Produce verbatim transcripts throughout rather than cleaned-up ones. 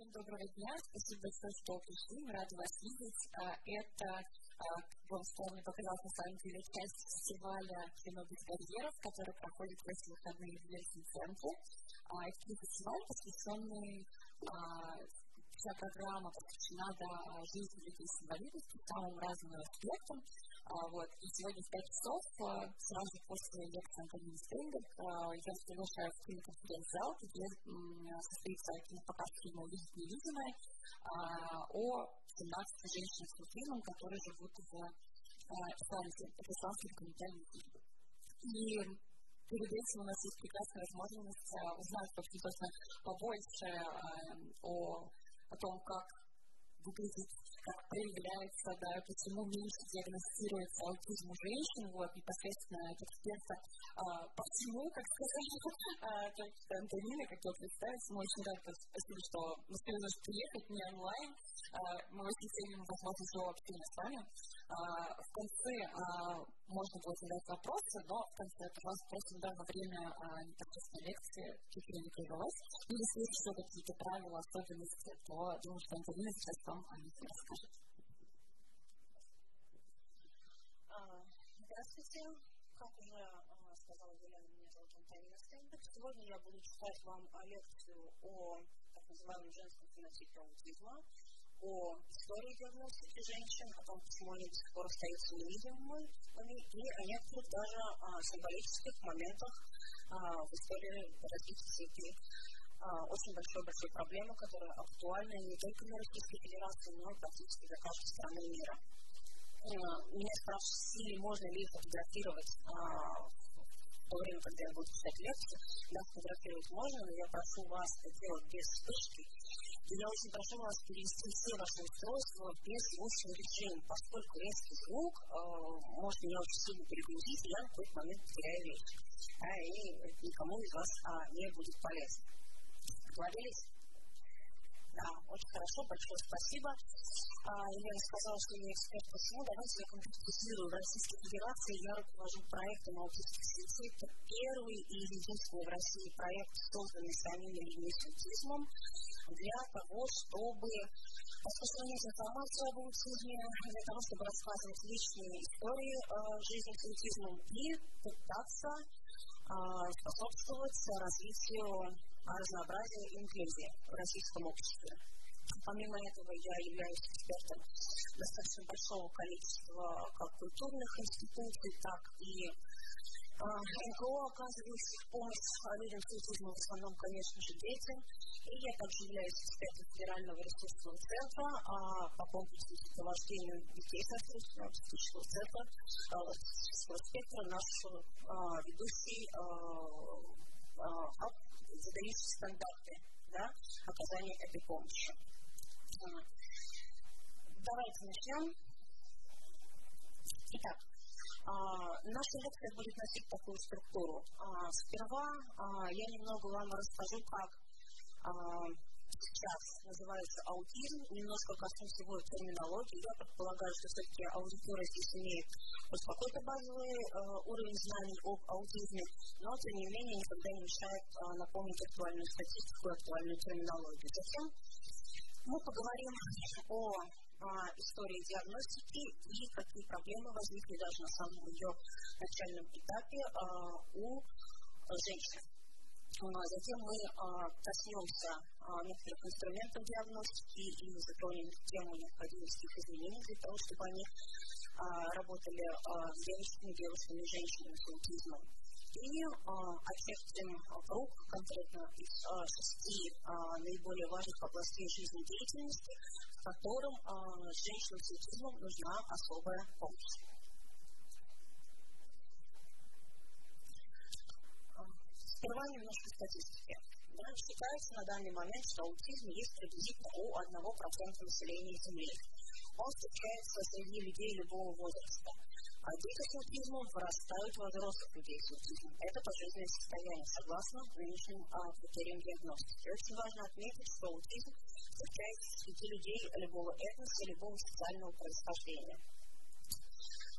Всем доброго дня, спасибо большое, что пришли, мы рады вас видеть. Это, как вам словно показалось, на самом деле, часть фестиваля «Кино без барьеров», который проходит в эти выходные в Ельцин-центре. Это фестиваль, посвященный, вся программа посвящена да, жизни людей с инвалидностью, самым разным аспектам. Вот. И сегодня в пять часов, сразу после лекции Антонины Стейнберг, я вас приглашаю в киноконференц-зал, где состоится показ фильма «Увидеть невидимое» о семнадцати женщинах с аутизмом, которые живут в Исландии. Это исламский документальный фильм. И перед этим у нас есть прекрасная возможность узнать, собственно, побольше о, о том, как выглядит, как проявляется, да, почему меньше диагностируется аутизм у женщин, вот, непосредственно от эксперта а, по всему, как сказала а, Антонина, как я представилась, мы очень рады, спасибо, что успели нас приехать, не онлайн, а, мы очень ценим возможность живого общения с вами. А, в конце а, можно будет задать вопросы, но в конце, пожалуйста, просто да, во время а, непосредственно лекции чуть ли не прервалось. И если есть еще какие-то правила, особенности, то думаю, что Антонина сейчас вам о них расскажет. Здравствуйте. Как уже сказала Елена, меня зовут Антонина Стейнберг. Сегодня я буду читать вам лекцию о так называемом женском фенотипе аутизма, о истории диагностики женщин, о том, почему они до сих пор остаются невидимыми, и о некоторых даже а, символических моментах а, в истории развития этой а, очень большой-большой проблемы, которая актуальна не только для Российской Федерации, но и практически для каждой страны мира. А, меня спросили, можно ли фотографировать а, в то время, когда я буду читать лекцию. Да, фотографировать можно, но я прошу вас это делать без вспышки. И я очень прошу вас перевести все ваши устройства без звучного режима, поскольку резкий звук э, может меня очень сильно перегрузить, и я в какой-то момент теряю речь. А, и никому из вас а, не будет полезно. Договорились? Да, очень хорошо, большое спасибо. А, Елена сказала, что я эксперт по всему. Давайте я конкретизирую. В Российской Федерации я руковожу проектом аутистских сетей. Это первый и единственный в России проект, созданный самими людьми с аутизмом, для того, чтобы распространять информацию об аутизме, для того, чтобы рассказывать личные истории э, жизни с аутизмом и пытаться э, способствовать развитию разнообразия и инклюзии в российском обществе. Помимо этого, я являюсь экспертом достаточно большого количества как культурных институций, так и эн ка о, оказывающих помощь людям с аутизмом, в основном, конечно же, детям. И я также являюсь экспертом Федерального ресурсного центра а, по комплексу сопровождению детей с аутизмом, аутистического центра, аутистического спектра, наш а, ведущий, а, а, задающий стандарты, да, оказания этой помощи. А, давайте начнем. Итак, а, наша лекция будет носить такую структуру. А, сперва а, я немного вам расскажу, как а, сейчас называется аутизм, немножко коснусь его терминологии. Я предполагаю, что все-таки аудитория здесь имеет хоть какой-то базовый э, уровень знаний об аутизме, но, тем не менее, никогда не мешает э, напомнить актуальную статистику и актуальную терминологию. Затем мы поговорим о э, истории диагностики и какие проблемы возникли даже на самом ее начальном этапе э, у женщин. Затем мы а, коснемся а, некоторых инструментов диагностики и затронем тему необходимости их изменений для того, чтобы они а, работали а, с девушками, девушками и женщинами с аутизмом. И а, очертим круг конкретно из а, шести а, наиболее важных областей жизнедеятельности, в котором а, женщинам с аутизмом нужна особая помощь. Сперва немножко статистики. Да, считается на данный момент, что аутизм есть приблизительно у одного процента населения Земли. Он встречается среди людей любого возраста. А дети с аутизмом вырастают во взрослых людей с аутизмом. Это пожизненное состояние, согласно нынешним а, критериям диагностики. Очень важно отметить, что аутизм встречается среди людей любого этноса, любого социального происхождения.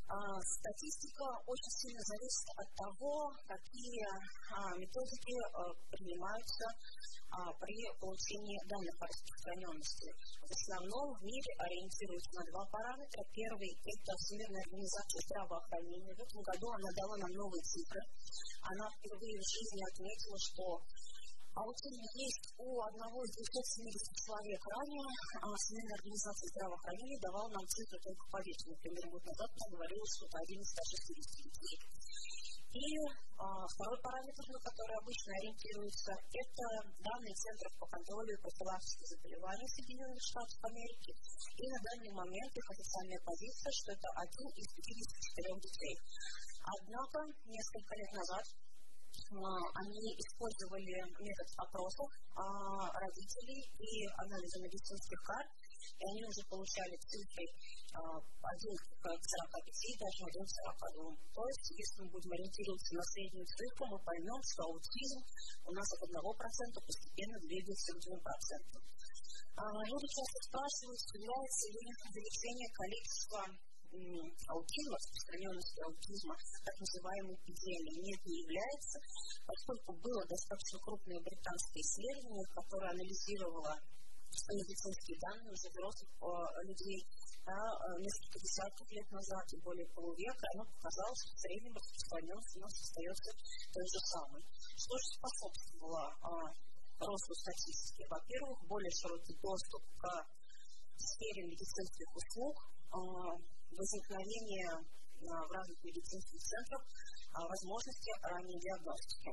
Статистика очень сильно зависит от того, какие методики принимаются при получении данных о распространенности. В основном в мире ориентируются на два параметра. Первый – это Всемирная организация здравоохранения. В этом году она дала нам новые цифры. Она впервые в жизни отметила, что аутизм есть у одного из двухсот семидесяти человек. Ранее Всемирная организация здравоохранения давала нам цифры только по весу. Например, год назад она говорила, что это один из ста шестидесяти детей. И а, второй параметр, на который обычно ориентируются, это данные Центров по контролю и профилактике заболеваний Соединенных Штатов Америки. И на данный момент их официальная позиция, что это один из пятидесяти четырёх детей. Однако, несколько лет назад они использовали метод опросов родителей и анализа медицинских карт, и они уже получали цифры один к сорока пяти, даже один к сорока двум. То есть, если мы будем ориентироваться на среднюю цифру, мы поймем, что аутизм у нас от одного процента постепенно двигается к двум процентам. Люди часто спрашивают, является ли увеличение количества аутизма, распространенности аутизма, так называемой эпидемией. Нет, не является, поскольку было достаточно крупное британское исследование, которое анализировало медицинские данные уже взрослых людей да, несколько десятков лет назад и более полувека, оно показало, что в среднем распространенность у нас остается той же самой. Что же способствовало а, росту статистики? Во-первых, более широкий доступ к сфере медицинских услуг, а, возникновение а, в разных медицинских центрах а, возможности ранней диагностики.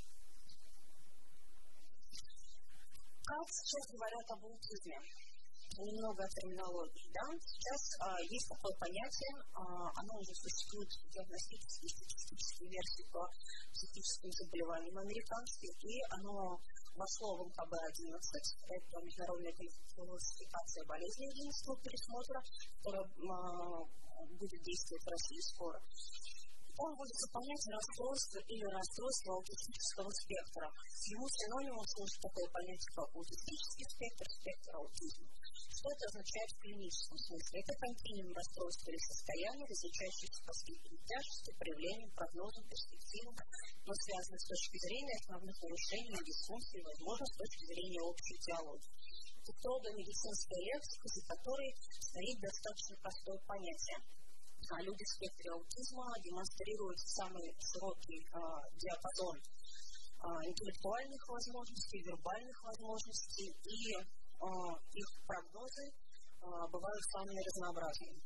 Как сейчас говорят об аутизме? Немного о терминологии. Да? Сейчас а, есть такое понятие, а, оно уже существует в диагностической и статистической версии по психическим заболеваниям американских, и оно вошло в эм ка бэ одиннадцать, это международная классификация болезней единственного пересмотра, которая а, будет действовать в России скоро. Там вводится понятие расстройства или расстройства аутистического спектра. Ему синонимом служит такое понятие, как аутистический спектр, спектр аутизма. Что это означает в клиническом смысле? Это континуум расстройств или состояний, различающихся по степени тяжести, проявлениям, прогнозам, перспективам, но связанных с точки зрения основных нарушений и дисфункций, возможно, с точки зрения общей теологии. Это строгая медицинская лексика, за которой стоит достаточно простое понятие. Люди в спектре аутизма демонстрируют самый широкий а, диапазон а, интеллектуальных возможностей, вербальных возможностей, и а, их прогнозы а, бывают самыми разнообразными.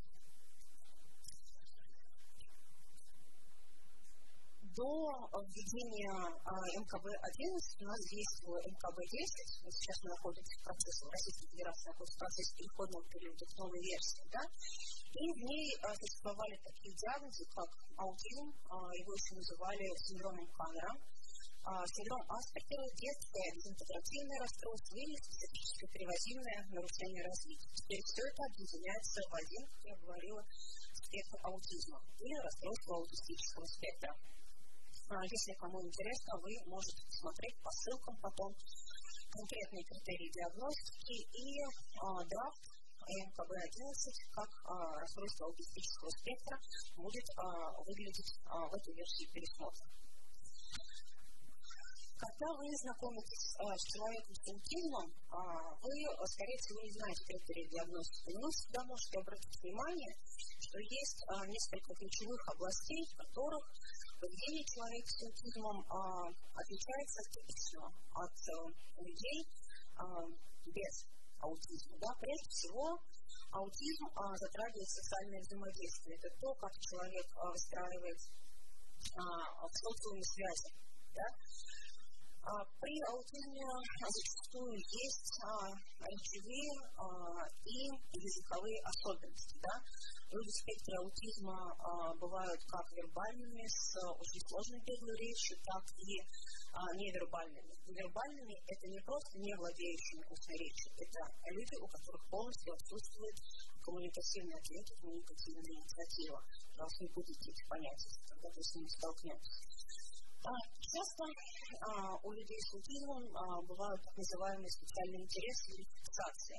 До введения эм ка бэ одиннадцать у нас действовало эм ка бэ десять, сейчас мы находимся в процессе, Российской Федерации находится в процессе переходного периода к новой версии, да? И в ней а, существовали такие диагнозы, как аутизм, а, его еще называли синдромом Каннера, а, синдром Аспергера, детское дезинтегративное расстройство или специфическое перевозимое нарушение развития. Теперь все это объединяется в один, как я говорила, спектр аутизма или расстройство аутистического спектра. А, если кому интересно, вы можете посмотреть по ссылкам потом конкретные критерии диагностики и а, драфт эм ка бэ одиннадцать как а, расстройство аутистического спектра будет а, выглядеть а, в этой версии пересмотра. Когда вы знакомитесь а, с человеком с аутизмом, а, вы, скорее всего, не знаете критерии диагностики, но вы всегда можете обратить внимание, что есть а, несколько ключевых областей, в которых поведение человека с аутизмом а, отличается типично от а, людей а, без аутизма. Да? Прежде всего, аутизм а, затрагивает социальное взаимодействие. Это то, как человек а, выстраивает а, в социуме связи. Да? А, при аутизме зачастую есть а, речевые а, и языковые особенности. Да? Люди в спектре аутизма а, бывают как вербальными, с очень сложной беглой речью, так и а, невербальными. Вербальными – это не просто не владеющими устной речью, это люди, у которых полностью отсутствует коммуникативный ответ, коммуникативная инициатива. Должны будете эти понятия, когда вы с ними столкнетесь. А, часто а, у людей с аутизмом а, бывают так называемые социальные интересы или фиксации.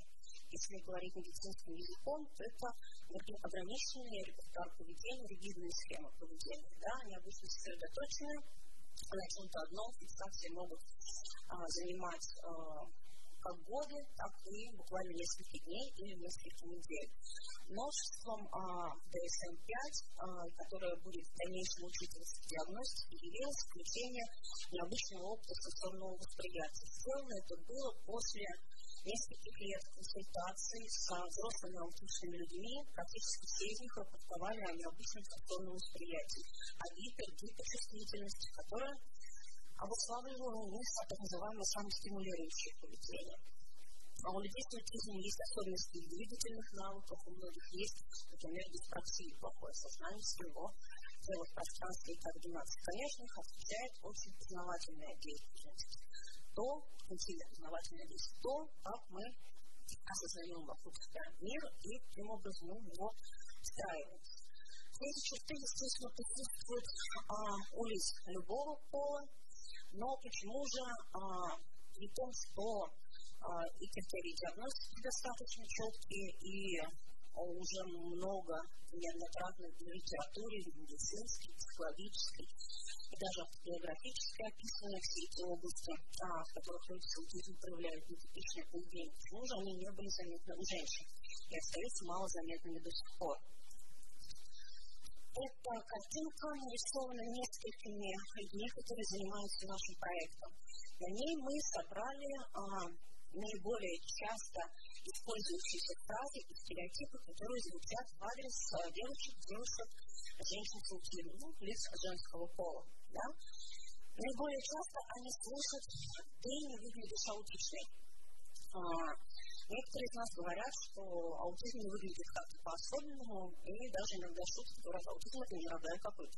если говорить медицинским языком, то это ограниченный репертуар поведения, ригидные схемы поведения. Да? Они обычно сосредоточены на чем-то одном, фиксации могут а, занимать а, как годы, так и буквально несколько дней или несколько недель. Множеством а, ди эс эм пять, а, которое будет в дальнейшем учитываться в диагностике, явилось включение необычного опыта сенсорного восприятия. Сделано это было после нескольких лет консультаций с взрослыми аутичными людьми. Практически все из них рапортовали о необычном сенсорном восприятии, о гипер-гиперчувствительности, которая обуславливала у них так называемое самостимулирующее поведение. А у людей с аутизмом есть особенности в двигательных навыках, у многих есть, например, диспраксия, плохое сознание своего тела в пространстве и координации. Конечно, их отличает очень познавательная деятельность. То, очень познавательная деятельность, то, как мы осознаем вокруг себя мир и каким образом мы его встраиваем. Эти черты, естественно, присутствуют а, у лиц любого пола, но почему же а, при том, что а, и критерии диагностики достаточно четкие, и а, уже много неоднократно в литературе, в медицинской, психологической и даже географически описаны все эти области, а, в которых люди с аутизмом проявляют нетипичное поведение. Почему же они не были заметны у женщин и остаются малозаметными до сих пор? Эта картинка нарисована несколькими людьми, которые занимаются нашим проектом. На ней мы собрали а, наиболее часто использующиеся фразы и стереотипы, которые звучат в адрес а, девочек, девушек, женщин с аутизмом, ну, лиц женского пола. Да? Наиболее часто они слышат: «ты не выглядишь аутичной». А, Некоторые из нас говорят, что аутизм не выглядит как-то по-особенному, и даже иногда шутят, говорят, аутизм – это не родная копыта.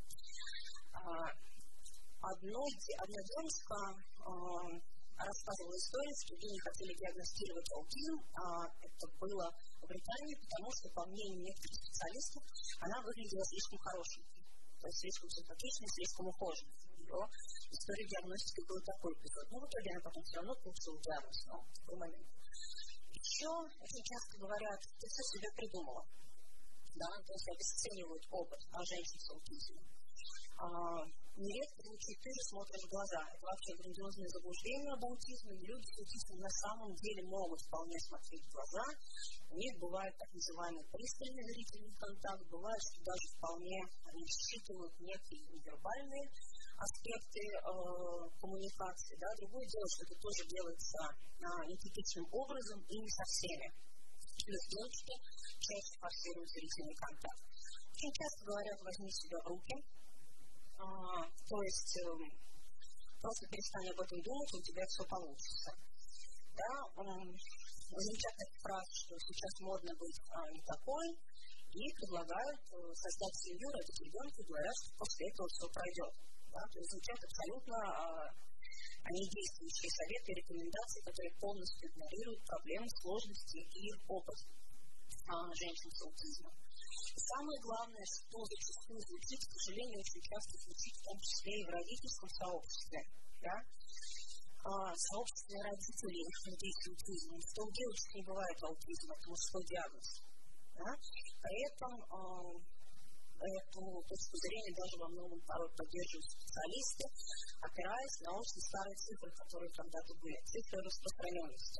Одна девушка рассказывала историю, что ей не хотели диагностировать аутизм. Это было в Британии, потому что, по мнению некоторых специалистов, она выглядела слишком хорошенькой, то есть слишком симпатичной, слишком ухоженной. Ее история диагностики была такой эпизод. Но в итоге она потом все равно получила диагноз, но в такой момент. Еще очень часто говорят: ты все себе придумала. Да, то есть обесценивают опыт о женщин с аутизмом. А, нередко звучит: ты же смотришь в глаза. Это вообще грандиозное заблуждение об аутизме. Люди с аутизмом на самом деле могут вполне смотреть в глаза. У них бывает так называемый пристальный зрительный контакт. Бывает, что даже вполне они считывают некие невербальные аспекты э, коммуникации. Да? Другое дело, что это тоже делается э, нетипичным образом и не со всеми. Плюс девочки чаще форсируют зрительный контакт. Очень часто говорят: возьми себя в руки. А, то есть э, просто перестань об этом думать, и у тебя все получится. Да? Э, звучат такие фразы, что сейчас модно быть а, не такой, и предлагают э, создать семью, родить ребенка, и говорят, что после этого все пройдет. Да? То есть звучат абсолютно а, они действующие советы и рекомендации, которые полностью игнорируют проблемы, сложности и опыт а, женщин с аутизмом. И самое главное, что зачастую звучит, к сожалению, очень часто звучит, в том числе и в родительском сообществе. Да? А, сообществе родителей людей с аутизмом, что у девочек не бывает аутизма, это мужской диагноз. Да? При этом а, эту точку зрения даже во многом порой поддерживают специалисты, опираясь на очень старые цифры, которые когда-то были, цифры распространенности.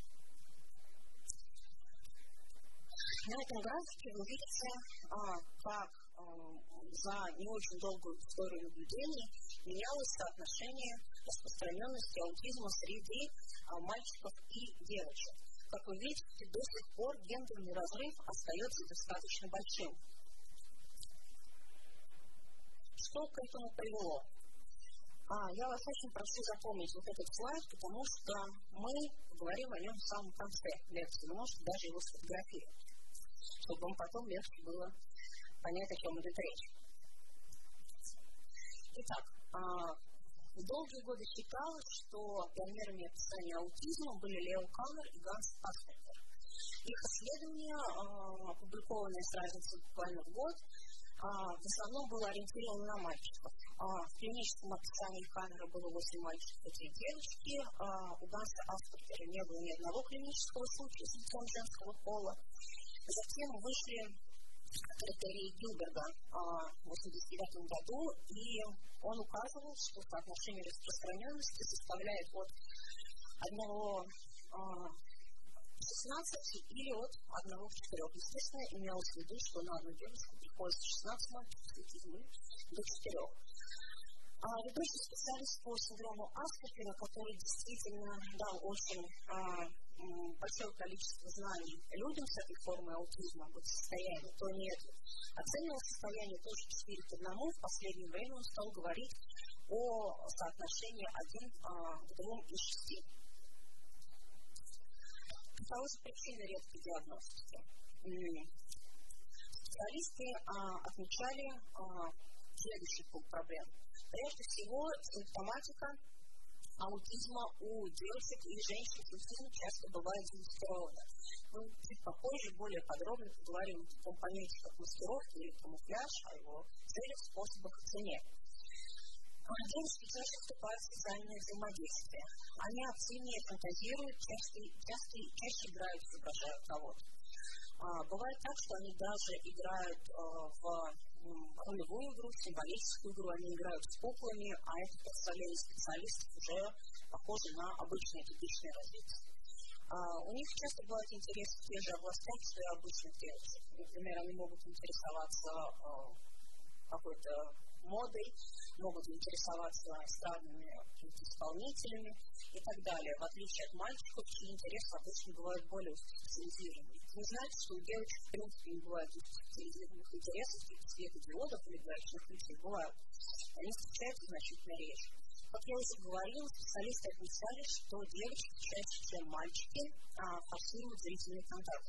На этом графике вы видите, а, как а, за не очень долгую историю наблюдений менялось соотношение распространенности аутизма среди а, мальчиков и девочек. Как вы видите, до сих пор гендерный разрыв остается достаточно большим. Что к этому привело? А, я вас очень прошу запомнить вот этот слайд, потому что мы поговорим о нем в самом конце лекции. Вы можете даже его сфотографировать, чтобы вам потом легче было понять, о чем идет речь. Итак, а, в долгие годы считалось, что пионерами описания аутизма были Лео Каннер и Ганс Аспертер. Их исследования, а, опубликованные с разницей буквально в год, в основном был ориентирован на мальчиков. В клиническом описании камеры было восемь мальчиков и три девочки. У Ганса Аспертера не было ни одного клинического случая с лицом женского пола. Затем вышли критерии Гилберга в восемьдесят девятом году, и он указывал, что соотношение распространенности составляет от одного шестнадцати или от одного к четырем. Естественно, имелось в виду, что на одну девушку приходится шестнадцать мальчиков с аутизмом до четырех. А ведущий специалист по синдрому Аспертера, который действительно дал очень а, большое количество знаний людям с этой формой аутизма, вот состояние, то нет, оценивал состояние тоже четыре к одному. В последнее время он стал говорить о соотношении один а, к двум из шести. Каковы же причины редкой диагностики? Специалисты а, отмечали а, следующий пункт проблем. Прежде всего, симптоматика аутизма у девушек и женщин с аутизмом часто бывает замаскирована. Мы чуть попозже более подробно поговорим о таком понятии, как маскировка или камуфляж, о его целях, способах и цене. Девушки чаще вступают в социальное взаимодействие. Они активнее фантазируют, чаще, чаще, чаще играют, изображают кого-то. А, бывает так, что они даже играют а, в ролевую игру, в символическую игру, они играют с куклами, а это представление специалистов уже похоже на обычное типичное развитие. А, у них часто бывает интерес в тех же областях, что и обычных девушек. Например, они могут интересоваться а, какой-то модой, могут интересоваться эстрадными исполнителями и так далее. В отличие от мальчиков, чьи интересы обычно бывают более специализированными. Вы знаете, что у девочек, в принципе, не бывает специализированных интересов, типа светодиодов или гаечных ключей. Бывают. Они встречаются значительно реже. Как я уже говорила, специалисты отмечали, что девочки чаще, чем мальчики, форсируют зрительный контакт.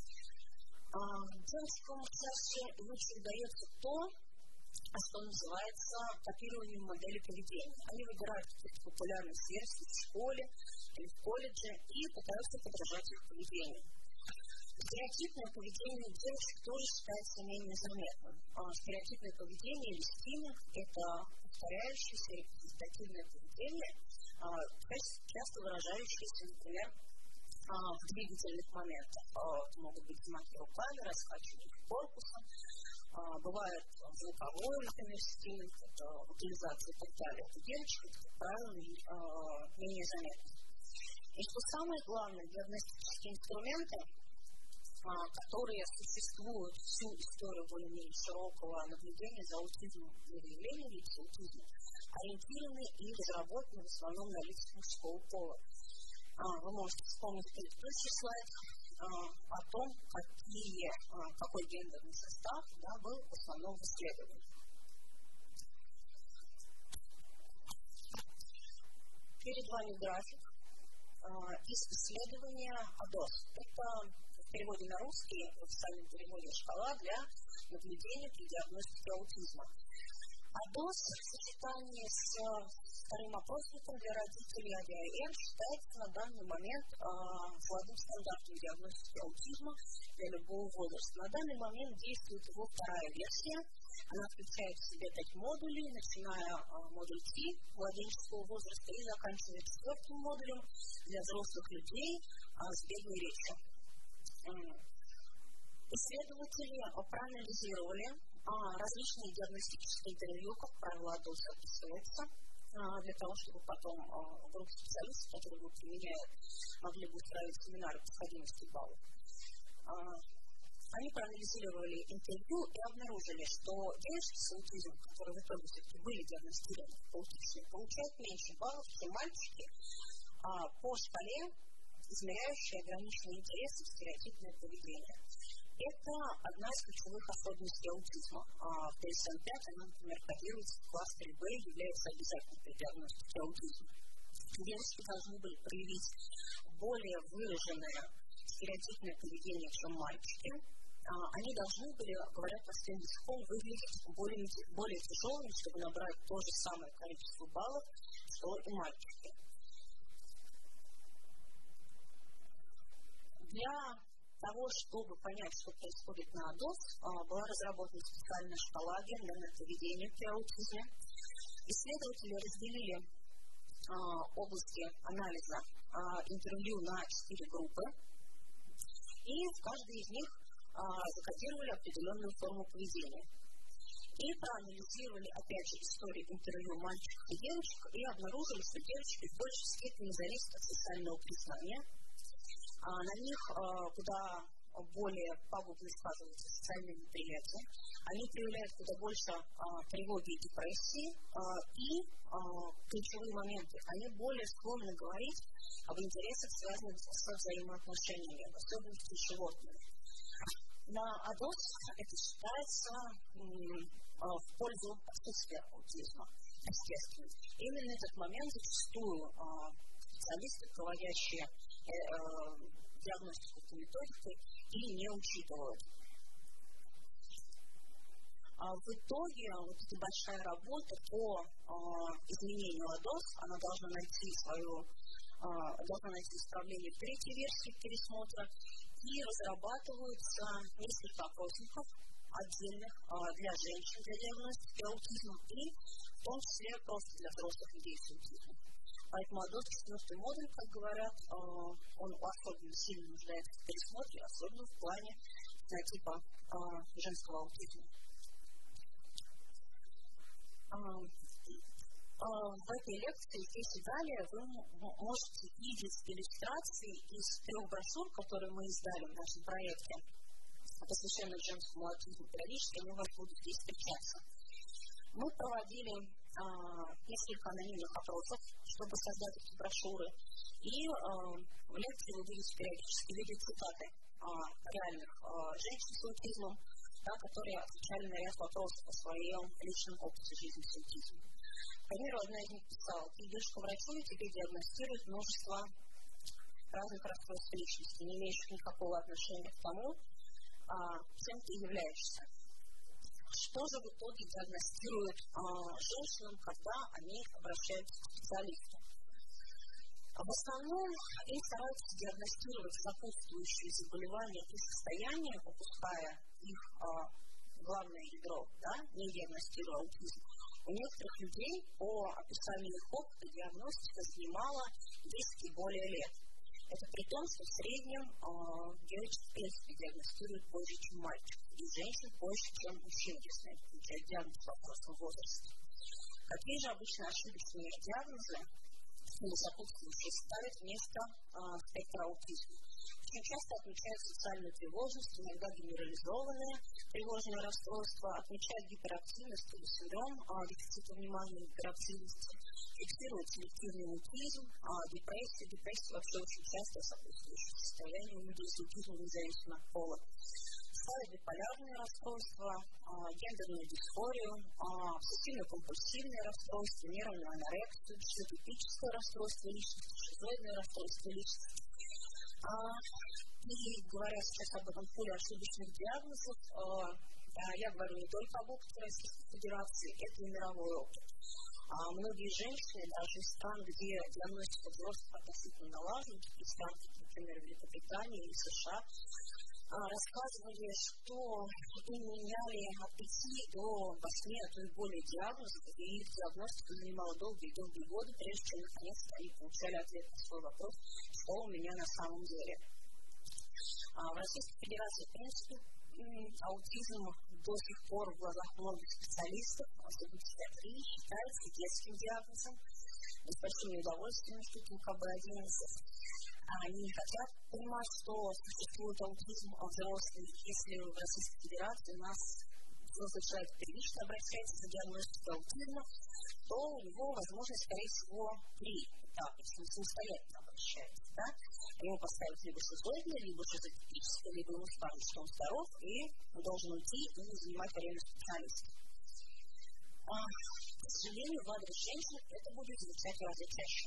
Девочкам чаще лучше удается то, что называется копированием модели поведения. Они выбирают какие-то популярные версии в школе или в колледже и пытаются подражать их поведению. Стереотипное поведение девушек тоже считается менее заметным. Стереотипное поведение или стиминг – это повторяющееся репетитивное поведение, часто выражающееся, например, в двигательных моментах. Это могут быть замахи руками, раскачивание корпуса. Бывает звуковой, например, стиминг, это утилизация и так далее. У девочек, как правило, менее заметно. И что самое главное, диагностические инструменты, которые существуют всю историю более-менее широкого наблюдения за аутизмом и выявлением лиц аутизма, ориентированы и разработаны в основном на лицах мужского пола. Вы можете вспомнить предыдущий слайд о том, какие, какой гендерный состав да, был в основном в исследовании. Перед вами график из исследования АДОС. Это в переводе на русский, в официальном переводе шкала для наблюдения при диагностике аутизма. АДОС в сочетании с вторым опросником для родителей эй ди ай эм считается на данный момент э, золотым стандартом диагностики аутизма для любого возраста. На данный момент действует его вторая версия. Она включает в себя пять модулей, начиная э, модуль три младенческого возраста и заканчивая четвертым модулем для взрослых людей э, с беглой речью. Исследователи проанализировали э, различные диагностические интервью, как правило, АДОС описывается, для того, чтобы потом э, группа специалистов, которые его применяют, могли бы устраивать семинары проходимости баллов. Э, они проанализировали интервью и обнаружили, что девушки с аутизмом, которые в итоге все-таки были диагностированы аутичными, получают меньше баллов, чем мальчики, э, по шкале, измеряющей ограниченные интересы в стереотипное поведение. Это одна из ключевых особенностей аутизма. В ди эс эм пять она, например, кодируется в кластере Б и является обязательной при диагностике аутизма. Девушки должны были проявить более выраженное стереотипное поведение, чем мальчики. Они должны были, говоря простым языком, выглядеть более, более тяжелыми, чтобы набрать то же самое количество баллов, что и мальчики. Для того, чтобы понять, что происходит на АДОС, была разработана специальная шкала гендерного поведения при аутизме. Исследователи разделили области анализа интервью на четыре группы, и в каждой из них закодировали определенную форму поведения. И проанализировали, опять же, истории интервью мальчиков и девочек, и обнаружили, что девочки в большей степени зависят от социального признания. А на них а, куда более пагубно сказываются социальные неприятия. Они проявляют куда больше а, тревоги и депрессии. А, и а, ключевые моменты. Они более склонны говорить об интересах, связанных со взаимоотношениями, в особенности с животными. На АДОС это считается м, в пользу отсутствия аутизма, естественно. Именно этот момент зачастую э, специалисты, проводящие э, э, диагностику по методике, или не учитывают. А в итоге вот эта большая работа по э, изменению АДОС, она должна найти свою, э, должна найти исправление в третьей версии пересмотра, и разрабатываются несколько опросников отдельных а, для женщин, для диагностики аутизма, и в том числе просто для взрослых людей с аутизмом. Поэтому АДОС четвертый модуль, как говорят, а, он особенно сильно нуждается в пересмотре, особенно в плане типа а, женского аутизма. А, а, в этой лекции здесь и далее вы можете видеть иллюстрации из трех брошюр, которые мы издали в нашем проекте, посвященных женскому аутизму. Периодически они у вас будут здесь встречаться. Мы проводили а, несколько анонимных опросов, чтобы создать эти брошюры. И а, в лекции вы будете периодически видеть цитаты а, реальных а, женщин с аутизмом, да, которые отвечали на ряд вопросов о своем личном опыте жизни с аутизмом. К примеру, одна из них писала: ты идешь к врачу, и тебе диагностируют множество разных расстройств личности, не имеющих никакого отношения к тому, а, кем ты являешься. Что же в итоге диагностируют а, женщинам, когда они обращаются к специалисту? А в основном им стараются диагностировать сопутствующие заболевания и состояния, упуская их а, главное ядро, да, не диагностируя аутизм. У некоторых людей по описанию их опыта диагностика занимала десять и более лет. Это при том, что в среднем э, девочек в принципе диагностируют позже, чем мальчик, и женщин позже, чем мужчин, если они получают диагноз в вопросном возрасте. Какие же обычно ошибочные диагнозы или сопутствующие ставят вместо э, спектра аутизма? Очень часто отмечают социальную тревожность, иногда генерализованное тревожное расстройство, отмечают гиперактивность или синдром а, дефицита внимания, гиперактивности, фиксируют селективный аутизм, а, депрессию. Депрессия вообще очень часто сопутствующее состояние у людей с аутизмом, независимо от пола. Ставят биполярное расстройство, а, гендерную дисфорию, а, обсессивно-компульсивное расстройство, нервную анорексию, шизотипическое расстройство личности, шизоидное расстройство личности. А, и говоря сейчас об этом поле ошибочных диагнозов, а, я говорю не только об опыте Российской Федерации, это и мировой опыт. А многие женщины, даже из стран, где диагностика взрослых относительно налажена, такие страны, например, Великобритания или США, а, рассказывали, что им меняли от пяти до восьми, а то и более диагнозов, и их диагностика занимала долгие-долгие годы, прежде чем наконец-то они получали ответ на свой вопрос, что у меня на самом деле. А в Российской Федерации, в принципе, аутизм до сих пор в глазах многих специалистов, особенно психиатрии, считается детским диагнозом, с большим неудовольствием институтом ка бэ одиннадцать. Они не хотят понимать, что существует аутизм взрослый. Если в Российской Федерации у нас взрослый человек первично обращается за диагностикой аутизма, то у него, возможно, скорее всего, три этапа, если он самостоятельно обращается. Да? Ему поставят либо шизоидное, либо шизотипическое, либо ему скажут, что он здоров, и он должен уйти и занимать время специалиста. А, к сожалению, в адрес женщин это будет звучать в разы чаще.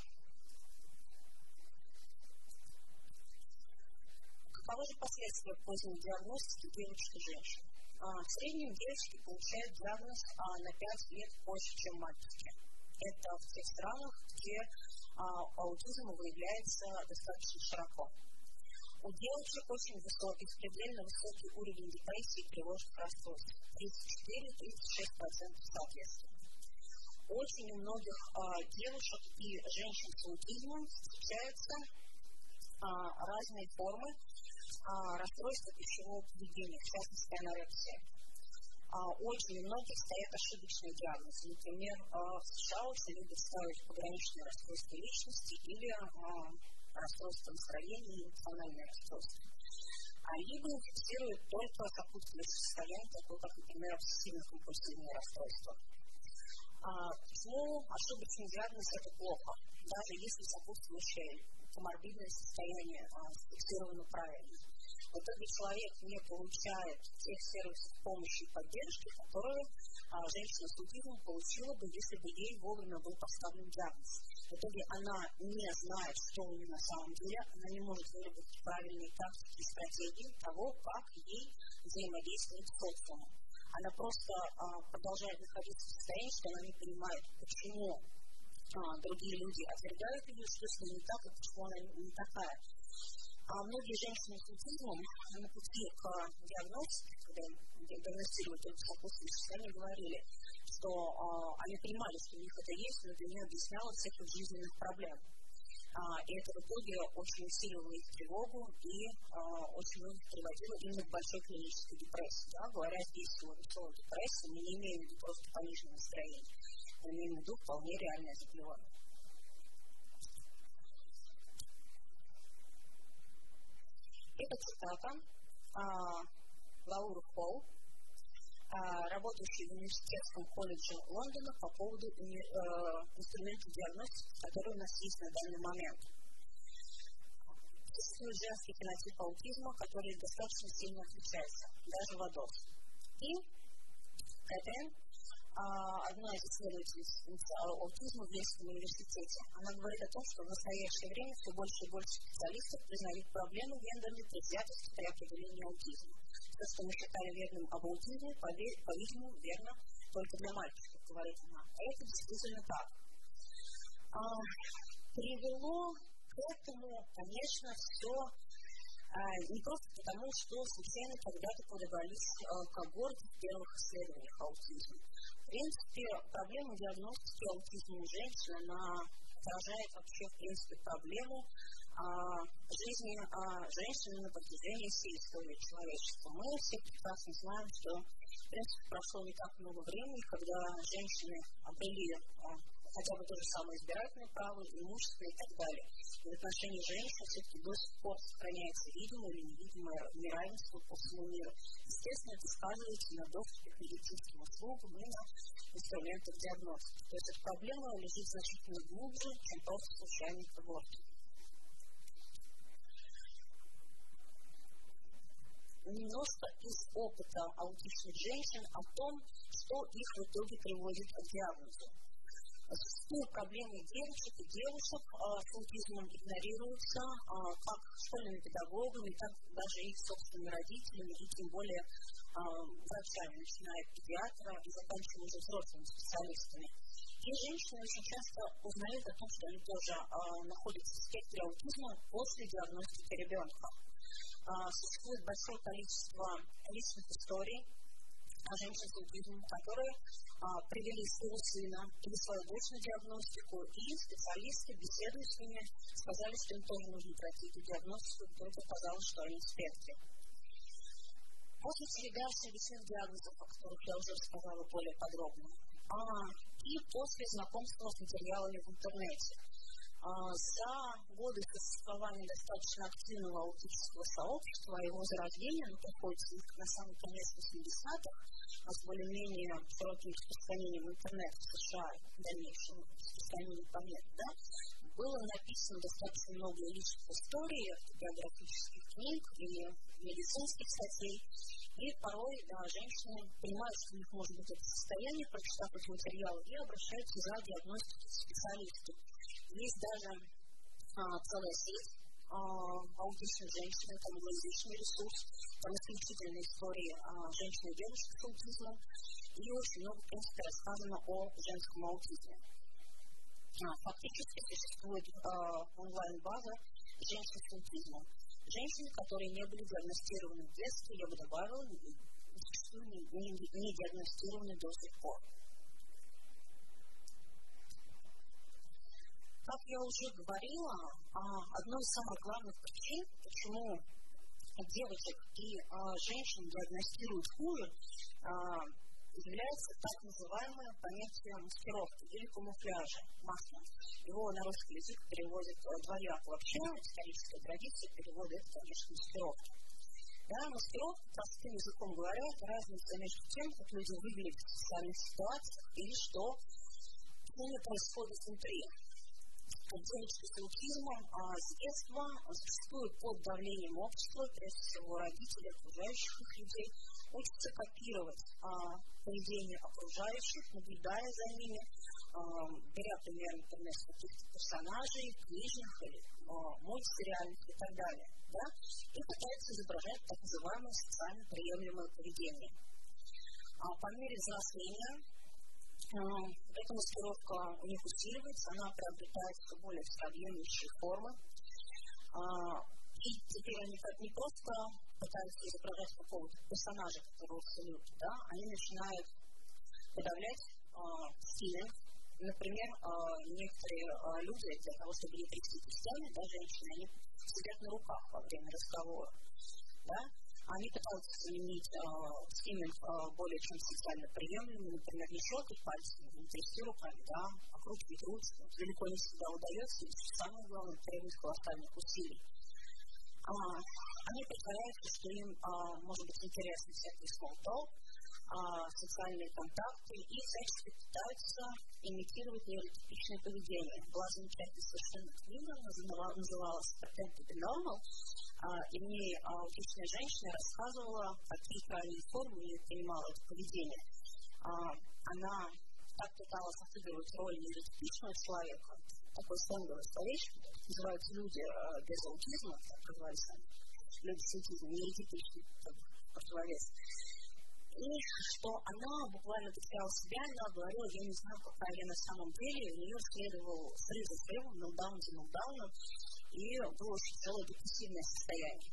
Каковы же последствия поздней диагностики девочек и женщин? А, в среднем девочки получают диагноз а, на пять лет позже, чем мальчики. Это в тех странах, где а, аутизм выявляется достаточно широко. У У девочек очень высокий, предельно высокий уровень депрессии и тревожных расстройств. тридцать четыре - тридцать шесть процентов соответственно. Очень у многих а, девушек и женщин с аутизмом встречаются а, разные формы а, расстройства пищевого поведения, в частности анорексия. А, очень у многих стоят ошибочные диагнозы. Например, а, в США очень любят ставить пограничные расстройства личности или а, расстройство настроения и эмоциональное расстройство. А либо фиксируют только сопутствующее состояние, такое как, например, обсессивно-компульсивное расстройство. А, почему ошибочный диагноз – это плохо, даже если сопутствующее коморбидное состояние а, зафиксировано правильно. В итоге человек не получает тех сервисов помощи и поддержки, которые а, женщина с аутизмом получила бы, если бы ей вовремя был поставлен диагноз. В итоге она не знает, что у нее на самом деле, она не может выработать правильные тактики и стратегии того, как ей взаимодействовать с социумом. Она просто а, продолжает находиться в состоянии, что она не понимает, почему а, другие люди отвергают ее, что с ней не так, и почему она не такая. А многие женщины с аутизмом на пути к диагностике, когда диагностировали только сопутствующее состояние, говорили, что а, они понимали, что у них это есть, но это не объясняло всех их жизненных проблем. А, и это в итоге очень усиливало их тревогу и а, очень многих приводило именно к большой клинической депрессии. Да? Говоря здесь о веселой депрессии, мы не имеем в виду просто пониженное настроение, мы имеем в виду вполне реальное заболевание. Это цитата а, Лауры Холл, а, работающей в университетском колледже Лондона по поводу уни, э, инструментов диагностики, которые у нас есть на данный момент. Существует женский фенотип аутизма, который достаточно сильно отличается, даже в АДОС. И Кэтрин, одна из исследовательниц аутизма в Ельском университете, она говорит о том, что в настоящее время все больше и больше специалистов признают проблему гендерной предвзятости при определении аутизма. То, что мы считали верным об аутизме, по-видимому, верно только для мальчиков, говорит она. А это действительно так. А, привело к этому, конечно, все а, не просто потому, что случайно когда-то подобрались а, когорты в первых исследованиях аутизма. В принципе, проблема диагностики аутизма у женщин, она отражает вообще, в принципе, проблему а, жизни а, женщины на протяжении всей истории человечества. Мы все прекрасно знаем, что, в принципе, прошло не так много времени, когда женщины обрели а, хотя бы то же самое избирательное право, имущество и так далее. И в отношении женщин все-таки до сих пор сохраняется видимое или невидимое неравенство по всему миру. Естественно, это сказывается на доступе к медицинским услугам и на инструментах диагностики. То есть эта проблема лежит значительно глубже, чем просто случайный аборт. Немножко из опыта аутичных женщин о том, что их в итоге приводит к диагнозу. Существуют проблемы девочек и девушек а, с аутизмом игнорируются а, как школьными педагогами, так даже их собственными родителями и тем более а, врачами, начиная от педиатра и заканчивая уже взрослыми специалистами. И женщины очень часто узнают о том, что они тоже а, находятся в спектре аутизма после диагностики ребенка. А, существует большое количество личных историй о женщинах с аутизмом, которые а, привели своего сына или свою дочь на диагностику, и специалисты, беседуя с ними, сказали, что им тоже нужно пройти эту диагностику, и вдруг оказалось, что они в спектре. После чередаши личных диагнозов, о которых я уже рассказала более подробно, а, и после знакомства с материалами в интернете, а, за годы существования достаточно активного аутического сообщества, его зарождения, оно приходится на самый конец восьмидесятых, а с более-менее широким распространением интернета в США, в дальнейшем распространением планеты, да, было написано достаточно много личных историй, биографических книг и медицинских статей, и порой да, женщины понимают, что у них может быть это состояние, прочитав эти материалы, и обращаются за диагностикой к специалисту. Есть даже а, целая сеть а, аутичных женщин, это англоязычный ресурс, там исключительные истории а, женщин и девушек с аутизмом, и очень много, в принципе, рассказано о женском аутизме. А, фактически существует а, онлайн-база женщин с аутизмом. женщины, которые не были диагностированы в детстве, я бы добавила, зачастую не, не, не диагностированы до сих пор. Как я уже говорила, одной из самых главных причин, почему девочек и женщин диагностируют хуже, является так называемое понятие маскировки или камуфляжа, маска. Его на русский язык переводят двояко. Вообще, историческая традиция перевода это, конечно, маскировка. Да, маскировка, простым языком говоря, это разница между тем, как люди выглядят в социальных ситуациях и что с ними происходит внутри. Девочки с аутизмом а, с детства, зачастую под давлением общества, прежде всего родителей, окружающих их людей, учатся копировать а, поведение окружающих, наблюдая за ними, а, беря пример, например, с каких-то персонажей, книжных или а, мультсериальных и так далее, да, и пытаются изображать так называемое социально приемлемое поведение. А, по мере взросления эта маскировка у них усиливается, она приобретает все более всеобъемлющие формы. И теперь они как не просто пытаются изображать какого-то персонажа, которого целуют, да, они начинают подавлять стилинг. Например, некоторые люди для того, чтобы не трясти кистями, да, женщины, они сидят на руках во время разговора. Да? Они пытаются заменить э, стиминг э, более чем социально приемлемым, например, не щелкать пальцами, не трясти руками, да, а крутить ручку. Далеко не всегда удается, и самое главное, требует колоссальных усилий. А, они притворяются, что им, а, может быть, интересны всякие small talk, а, социальные контакты, и всячески пытаются имитировать нейротипичное поведение. Была замечательная совершенно книга, называлась «Pretend to be normal», и мне аутичная женщина рассказывала, какие правильные формы ее принимала это поведение. Она так пыталась отыгрывать роль нейротипичного человека, такой сленговое словечко, называются люди без аутизма, так назывались они, люди с аутизмом, нейротипичный противовес. И что она буквально потеряла себя, она говорила, я не знаю, какая я на самом деле, у нее следовал срыв за срывом, нокдаун за нокдауном, и было очень целое депрессивное состояние.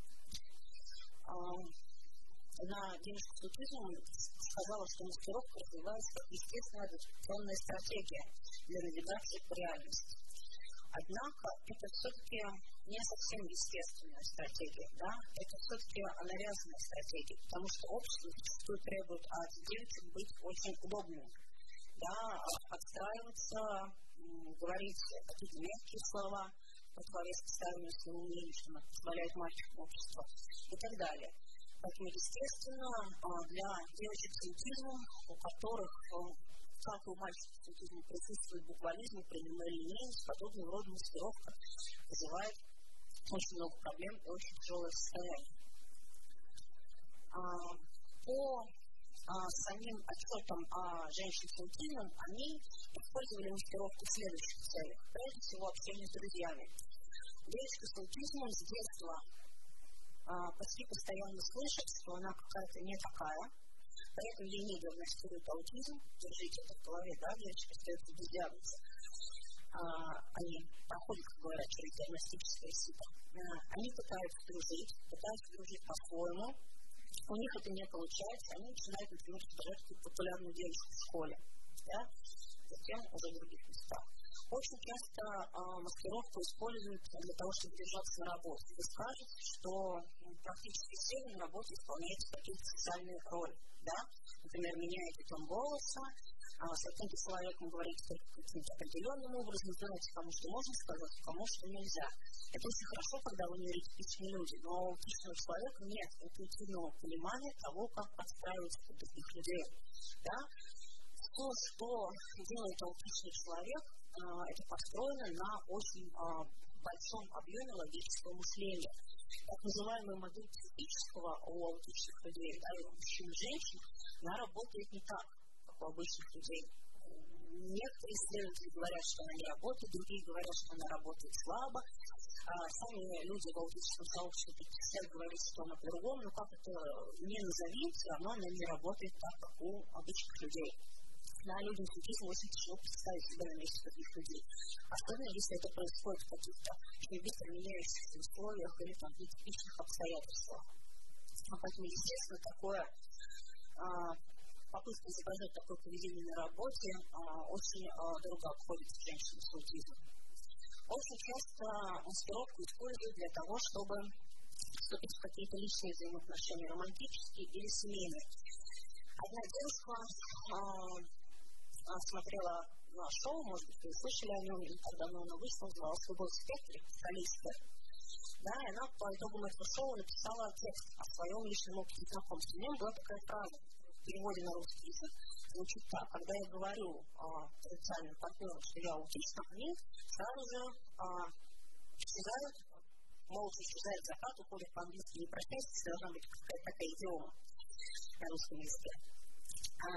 Она девушка с аутизмом сказала, что маскировка развивается как естественная адаптационная стратегия для навигации по реальности. Однако это все-таки не совсем естественная стратегия, да? Это все-таки навязанная стратегия, потому что общество зачастую требует от девочек быть очень удобными, да? Подстраиваться, говорить какие-то мягкие слова, противовес поставлению своему мнению, что позволяет мальчикам общества и так далее. Поэтому, естественно, для девочек с аутизмом, у которых, как и у мальчиков с аутизмом, присутствует буквализм, прямая линейность, подобного рода маскировка вызывает очень много проблем и очень тяжелое состояние. По самим отчетам о женщин с аутизмом, они использовали маскировку в следующих целях. Прежде всего, общение с друзьями. Девочка с аутизмом с детства а, почти постоянно слышит, что она какая-то не такая, поэтому ей не диагностируют аутизм. Держите это в голове, да, девочка остается без диагноза. А, они проходят, как говорят, через диагностическое сито. А, они пытаются дружить, пытаются дружить по-своему. У них это не получается, они начинают, например, собирать какую-то популярную девушку в школе, да, затем уже в других местах. Очень часто э, маскировку используют для того, чтобы держаться на работе. Вы скажете, что ну, практически все на работе исполняют какие-то социальные роли, да, например, меняете тон голоса, а с каким-то человеком говорите каким-то определенным образом, знаете, кому что можно сказать, кому что нельзя. Это очень хорошо, когда вы нейротипичные люди, но у аутичного человека нет интуитивного понимания того, как подстраиваться под других людей. Да? То, что делает аутичный человек, это построено на очень большом объеме логического мышления. Так называемая модель психического у аутичных людей, да, и у мужчин и женщин, она работает не так, как у обычных людей. Некоторые исследователи говорят, что она не работает, другие говорят, что она работает слабо. А сами люди в аутическом сообществе предпочитают говорить, что она по-другому, но как это не назови, все равно она не работает так, как у обычных людей. Да, людям с аутизмом очень тяжело представить себя на месте таких людей. Особенно, если это происходит в каких-то очень быстро меняющихся условиях или там нетипичных обстоятельствах. А поэтому, естественно, такое а, попытка изображать такое поведение на работе а, очень а, дорого обходится женщинам с аутизмом. Очень часто маскировку используют для того, чтобы вступить в какие-то личные взаимоотношения, романтические или семейные. Одна девушка а, а, смотрела на шоу, может быть, вы слышали о нем, не так давно оно вышло, называлось «Любовь в спектре», солистка. Да, и она по итогам этого шоу написала текст о своем личном опыте знакомства. У нее была такая фраза в переводе на русский язык, звучит так: когда я говорю а, потенциальным партнерам, что я аутистка, они сразу же а, исчезают, молча исчезают в закат, уходят по-английски, не прощаясь, должна быть какая-то такая идиома на русском языке. А,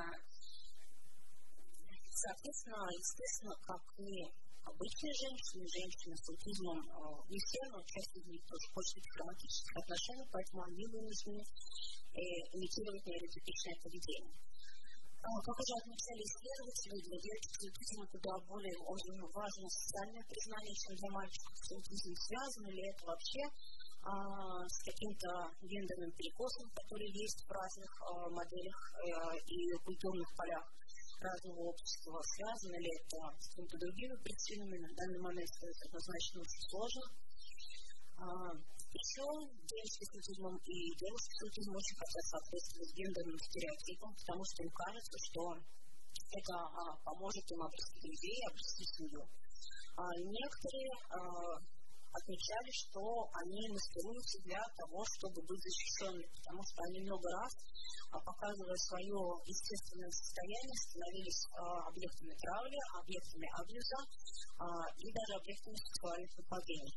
соответственно, естественно, как и обычные женщины, женщины с аутизмом, не все, но часть из них тоже хочет романтических отношений, поэтому они вынуждены имитировать нейротипичное поведение. Как уже отмечали исследователи, для девочек с аутизмом куда более важно социальное признание, чем для мальчиков с аутизмом. Связано ли это вообще а, с каким-то гендерным перекосом, который есть в разных а, моделях а, и культурных полях разного общества? Связано ли это с какими-то другими причинами? На данный момент это однозначно очень сложно. А, еще девочки с аутизмом и девушки с аутизмом очень хотят соответствовать гендерным стереотипам, потому что им кажется, что это а, поможет им обрести друзей, обрести семью. А, некоторые а, отмечали, что они маскируются для того, чтобы быть защищенными, потому что они много раз, а, показывая свое естественное состояние, становились а, объектами травли, объектами абьюза а, и даже объектами сексуальных нападений.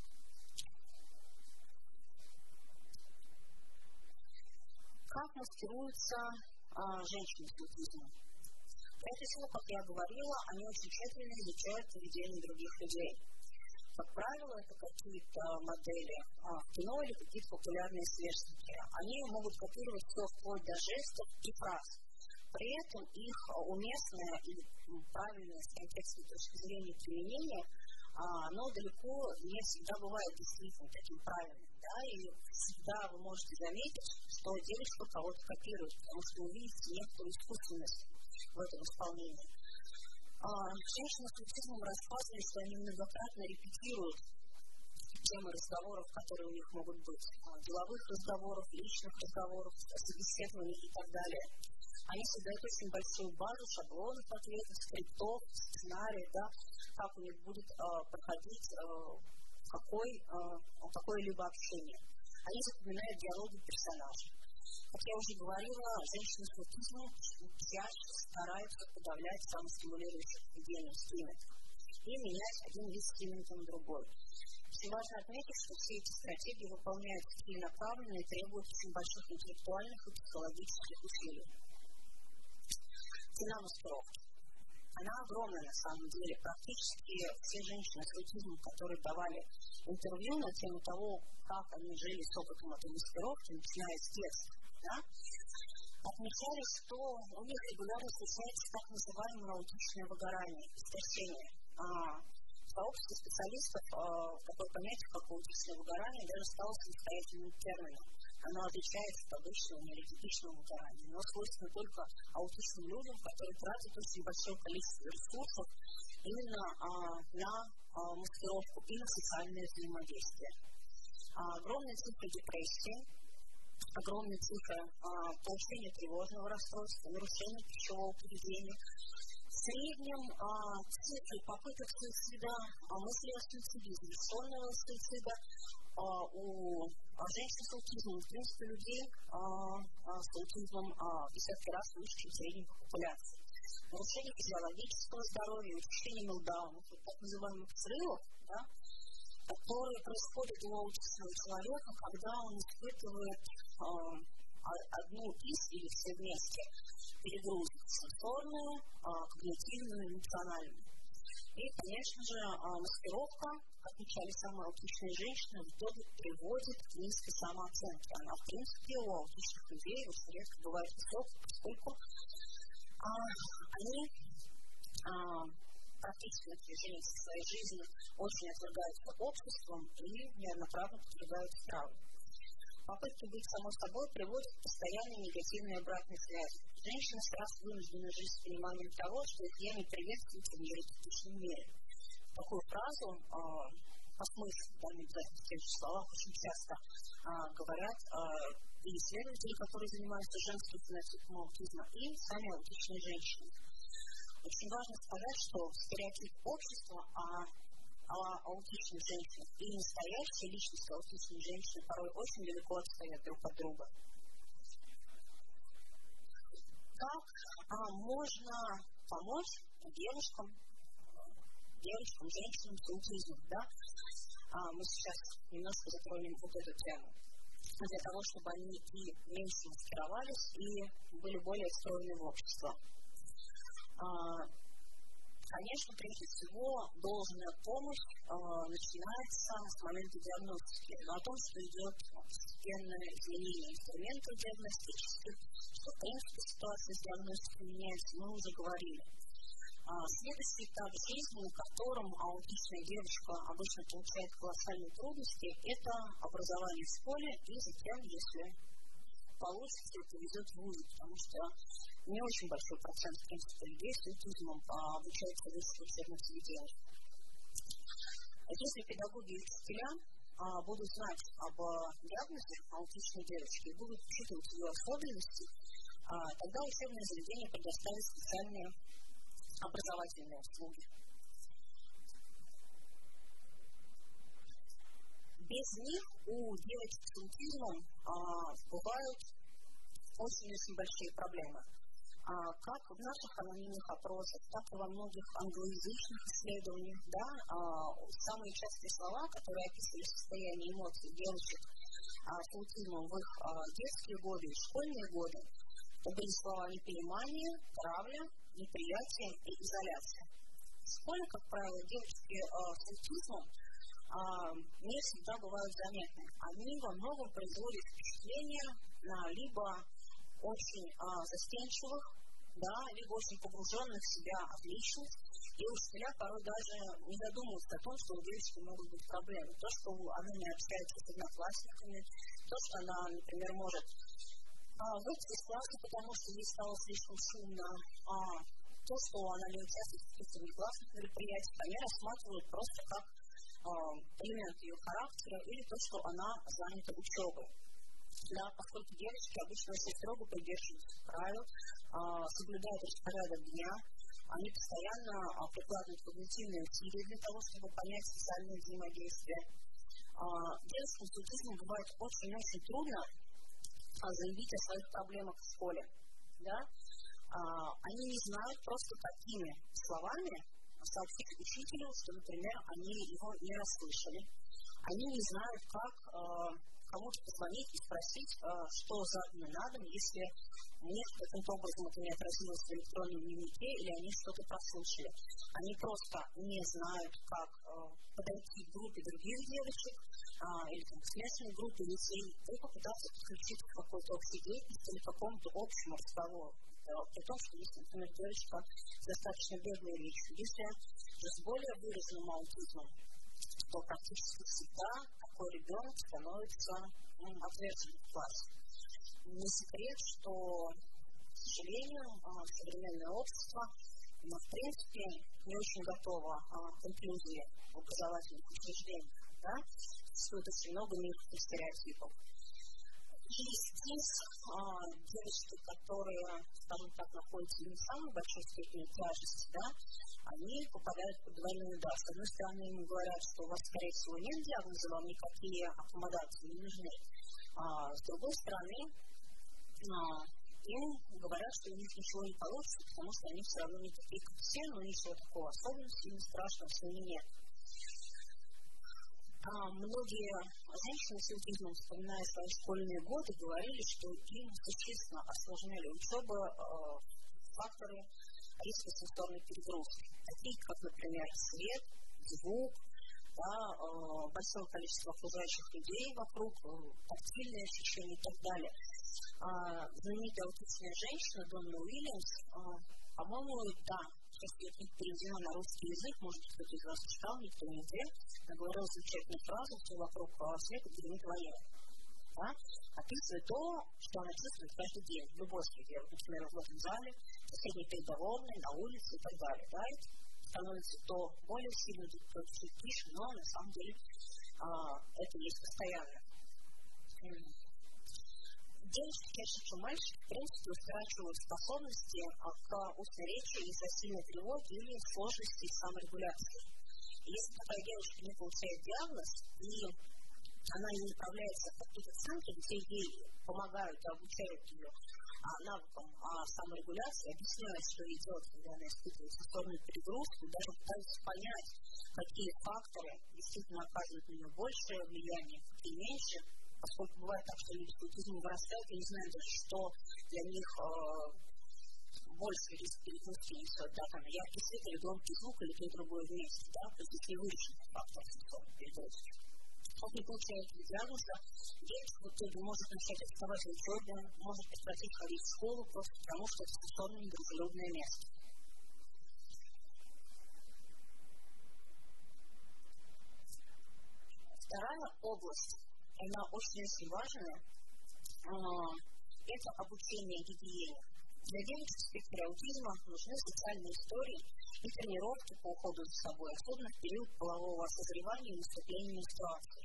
Как маскируются а, женщины с аутизмом? Прежде всего, как я говорила, они очень тщательно изучают поведение других людей. Как правило, это какие-то модели а, кино или какие-то популярные сверстники. Они могут копировать все вплоть до жестов и фраз. При этом их уместное и правильное с контекстной точки зрения применение, а, оно далеко не всегда бывает действительно таким правильным. Да, и всегда вы можете заметить, что девочка кого-то копирует, потому что увидите некоторую искусственность в этом исполнении. А, женщины с аутизмом рассказывали, что они многократно репетируют темы разговоров, которые у них могут быть, деловых разговоров, личных разговоров, собеседований и так далее. Они создают очень большую базу шаблонов ответов, скриптов, сценариев, да, как у них будет а, проходить а, какой, а, какое-либо общение. Они запоминают диалоги персонажей. Как я уже говорила, женщины с аутизмом чаще стараются подавлять самостимулирующее поведение стимулов и менять один вид стимула на другой. Очень важно отметить, что все эти стратегии выполняют целенаправленно и требуют очень больших интеллектуальных и психологических усилий. Цена маскировки. Она огромная на самом деле. Практически все женщины с аутизмом, которые давали интервью на тему того, как они жили с опытом этой маскировки, начиная с детства, да, отмечали, что у них регулярно случается так называемое аутичное выгорание, истощение. А, сообщество специалистов, а, такое понятие, как аутичное выгорание, даже стало самостоятельным термином. Оно отличается от обычного нейротипичного выгорания. Оно свойственно только аутичным людям, которые тратят очень большое количество ресурсов именно а, на а, маскировку и на социальное взаимодействие. А, огромные цифры депрессии, огромные цифры а, повышения тревожного расстройства, нарушения пищевого поведения. В среднем а, цифры попыток суицида, а, мысли о суициде, завершенного суицида а, у а, женщин с аутизмом, в принципе, людей а, а, с аутизмом а, в десятки раз выше, чем в среднем по популяции. Нарушение физиологического здоровья, учащение мелдаунов, так называемых взрывов, да, которые происходят у аутичного человека, когда он испытывает а, одну из или все вместе перегрузку сенсорную, а, когнитивную, эмоциональную. И, конечно же, а, маскировка, как отмечали самые аутичные женщины, в итоге приводит к низкой самооценке. Она, в принципе, у аутичных людей очень редко бывает высокой, поскольку а, они а, практически на протяжении своей жизни очень отвергаются обществом и неоднократно подвергаются травме. Попытки быть самой собой приводят к постоянной негативной обратной связи. Женщины сразу вынуждены жить с пониманием того, что их я не приветствуется в нейротипичном мире. Такую фразу э, по смыслу, да, не обязательно в тех же словах, очень часто э, говорят э, и исследователи, которые занимаются женским фенотипом аутизма, и сами аутичные женщины. Очень важно сказать, что стереотип общества о о аутичных женщинах и настоящие личности аутичных женщин порой очень далеко отстоят друг от друга. Как а, можно помочь девушкам, девушкам, женщинам с аутизмом, да? А, мы сейчас немножко затронем вот эту тему. Для того, чтобы они и меньше маскировались, и были более встроены в общество. А, Конечно, прежде всего, должная помощь э, начинается с момента диагностики. Но о том, что идет постепенное изменение инструментов диагностических, что, в принципе, ситуация с диагностикой меняется, мы уже говорили. А, следующий этап жизни, на котором аутичная девушка обычно получает колоссальные трудности, это образование в школе и затем, если получится, это ведет в вузы, потому что не очень большой процент, в принципе, людей с аутизмом обучается в высших учебных заведениях. Если педагоги и учителя а, будут знать об диагнозе аутичной девочки и будут учитывать ее особенности, а, тогда учебное заведение предоставит специальные образовательные услуги. Без них у девочек с аутизмом а, бывают очень-очень большие проблемы. А, как в наших анонимных опросах, так и во многих англоязычных исследованиях, да, а, самые частые слова, которые описывали состояние эмоций девочек а, с аутизмом в их а, детские годы и школьные годы, это были слова непонимание, травля, неприятие и изоляция. В школе, как правило, девочки а, с аутизмом а, не всегда бывают заметны. Они во многом производят впечатление на либо очень а, застенчивых, да, либо очень погруженных в себя отличниц, и учителя порой даже не задумываются о том, что у девочки могут быть проблемы. То, что она не общается с одноклассниками, то, что она, например, может а, выйти из класса, потому что ей стало слишком шумно, а, то, что она не участвует в каких-то внеклассных мероприятиях, они рассматривают просто как а, элемент ее характера или то, что она занята учебой. Да, поскольку девочки обычно очень строго придерживаются правил, а, соблюдают распорядок дня, они постоянно а, прикладывают когнитивные усилия для того, чтобы понять социальные взаимодействия. А, девочкам с аутизмом бывает очень-очень трудно а, заявить о своих проблемах в школе. Да? А, они не знают просто какими словами сообщить учителю, что, например, они его не расслышали. Они не знают, как а, кому-то позвонить и спросить, что задано на дом, если у них каким-то образом это не отразилось в электронном дневнике или они что-то прослушали. Они просто не знают, как подойти к группе других девочек или там, к смешанной группе детей и попытаться подключиться к какой-то общей деятельности или к какому-то общему разговору. При том, что если, например, девочка с достаточно бедной речью, если же с более выраженным аутизмом, то практически всегда такой ребенок становится ну, отверженным в классе. Не секрет, что, к сожалению, современное общество, оно, в принципе, не очень готово к инклюзии в образовательных учреждениях. Да? Существует очень много мифов и стереотипов. И здесь а, девочки, которые, скажем так, находятся не в самой большой степени тяжести, да, они попадают под двойной удар. С одной стороны, им говорят, что у вас, скорее всего, нет диагноза, вам никакие аккомодации не нужны. А, с другой стороны, а, им говорят, что у них ничего не получится, потому что они все равно не такие, как все, но ничего такого особенного, сильно страшного с ними нет. А, многие женщины с аутизмом, вспоминая свои школьные годы, говорили, что им существенно осложняли учебу э, факторы риска сенсорной перегрузки, такие как, например, свет, звук, да, э, большое количество окружающих людей вокруг, э, тактильные ощущения и так далее. знаменитая аутичная женщина Донна Уильямс, по-моему, да, сейчас я переведена на русский язык, может быть, кто-то из вас читал, никто не знает, она говорила замечательную фразу: все вокруг света гремит военный. Да? Описывает то, что она чувствует каждый день, в любой среде, например, в этом зале, в соседней переговорной, на улице и так далее. Да? Это становится то более сильно, то чуть тише, но на самом деле а, это есть постоянно. Девушки чаще, чем мальчики, в принципе, утрачивают способности к устной речи из-за сильной тревоги или сложности саморегуляции. И если такая девушка не получает диагноз, и она не направляется в какие-то центры, где ей помогают и обучают ее а, навыкам а, саморегуляции, объясняют, что ей делать, когда она испытывает сенсорную перегрузку, даже пытаются понять, какие факторы действительно оказывают на нее большее влияние, какие меньше, поскольку бывает так, что люди с аутизмом вырастают и не знают даже, что для них э, больше риск перегрузки несет, да, там яркий свет или громкий звук, или то и другое вместе, да, то есть если выращен фактор сенсорной перегрузки. Как не получает диагноза, девочка в итоге может начать отставать в учебе, может прекратить ходить в школу просто потому, что это сенсорно недружелюбное место. Вторая область, она очень-очень важная, это обучение гигиене. Для девочек в спектре аутизма нужны социальные истории и тренировки по уходу за собой, особенно в период полового созревания и наступления менструации.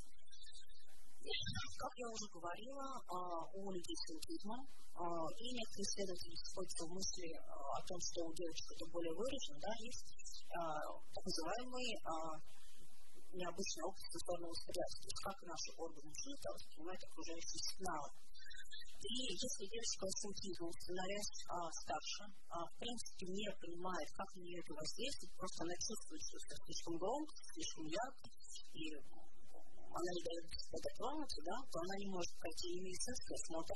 Как я уже говорила, у людей с аутизмом, и некоторые исследователи сходятся в мысли о том, что у девочек это более выражено, да, есть так называемый необычный опыт сенсорного восприятия, то есть как наши органы чувств воспринимают окружающие сигналы. И если девочка с аутизмом, становясь а, старше, а, в принципе не понимает, как на нее это воздействует, просто она чувствует, что это слишком громко, слишком ярко, и она не дает себя дотронуться, да, то она не может пройти и медицинский осмотр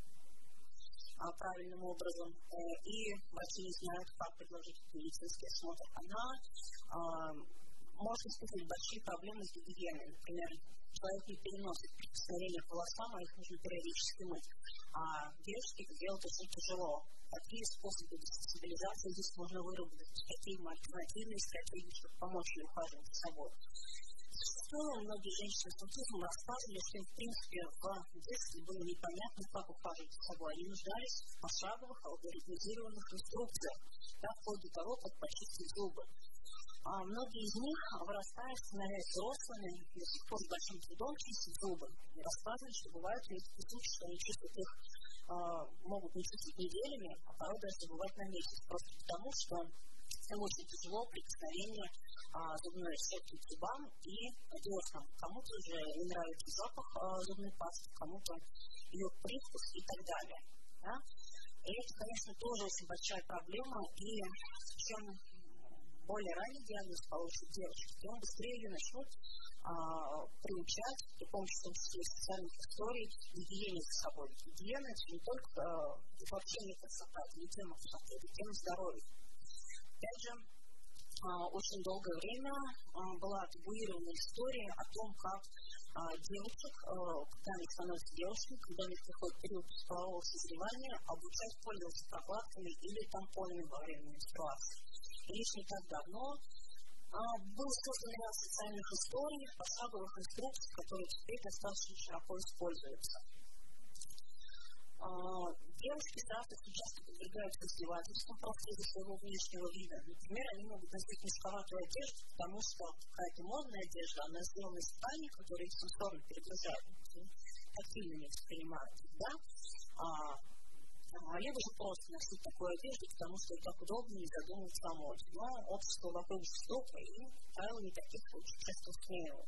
а, правильным образом, э, и врачи не знают, как предложить медицинский осмотр. Она а, может испытывать большие проблемы с гигиеной, например, человек не переносит прикосновения к волосам, а их нужно периодически мыть. А девушке это делать очень тяжело. Какие способы стабилизации здесь можно выработать, какие альтернативные стратегии, чтобы помочь ей ухаживать за собой. Зачастую многие женщины с аутизмом рассказывали, что им в принципе в детстве было непонятно, как ухаживать за собой. Они нуждались в пошаговых, алгоритмизированных инструкциях, да, вплоть до того, как почистить зубы. А многие из них, вырастая, становясь взрослыми, до сих пор с большим трудом чистят зубы. И рассказывают, что бывают такие случаи, что они чистят их, э, могут не чистить неделями, а порой даже забывать на месяц. Просто потому, что им очень тяжело прикосновение э, зубной щетки к зубам и деснам. Кому-то уже не нравится запах э, зубной пасты, кому-то ее привкус и так далее. Да? И это, конечно, тоже очень большая проблема. И чем более ранний диагноз получит девочка, тем быстрее ее начнут а, приучать при помощи, в том числе, социальных историй, гигиене за собой. Гигиена – это не только а, вообще не красота, это не тема красоты, это тема здоровья. Опять же, а, очень долгое время а, была табуирована история о том, как а, девочек, а, когда они становятся девушками, когда у них приходит период полового созревания, обучать пользоваться прокладками или тампонами во время менструации. И лишь не так давно а, был создан ряд социальных историй, пошаговых инструкций, которые теперь достаточно широко используются. А, девушки здравствуйте часто подвергаются издевательствам просто из-за своего внешнего вида. Например, они могут носить мешковатую одежду, потому что какая-то модная одежда, она сделана из ткани, которые их сенсорно перегружают, тактильно не воспринимают, да? А, либо же просто носить такую одежду, потому что так удобно, не задумываться о моде. Но общество вокруг жестоко, и правила не таких случаев часто устраняют.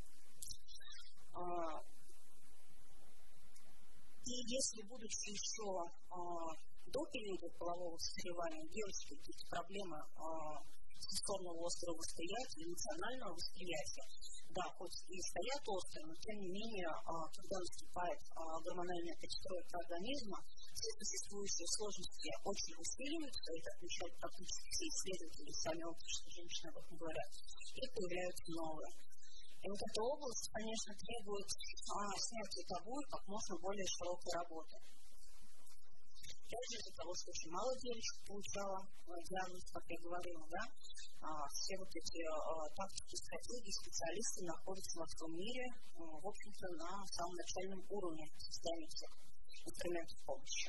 И если, будучи еще а, до периода полового созревания, девочки какие-то проблемы а, сенсорного острого восприятия, эмоционального восприятия, да, хоть и стоят острые, но тем не менее, а, когда наступает а, гормональная перестройка организма, все существующие сложности очень усиливаются, это отмечают практически все исследователи, сами опытные женщины об этом говорят, и появляются новые. И вот эта область, конечно, требует а, снятия табу и как можно более широкой работы. Опять же, из-за того, что очень мало девочек получала диагноз, как я говорила, да, а, все вот эти а, тактики, стратегии, специалисты находятся во всем мире, а, в общем-то, на самом начальном уровне создания всех инструментов помощи.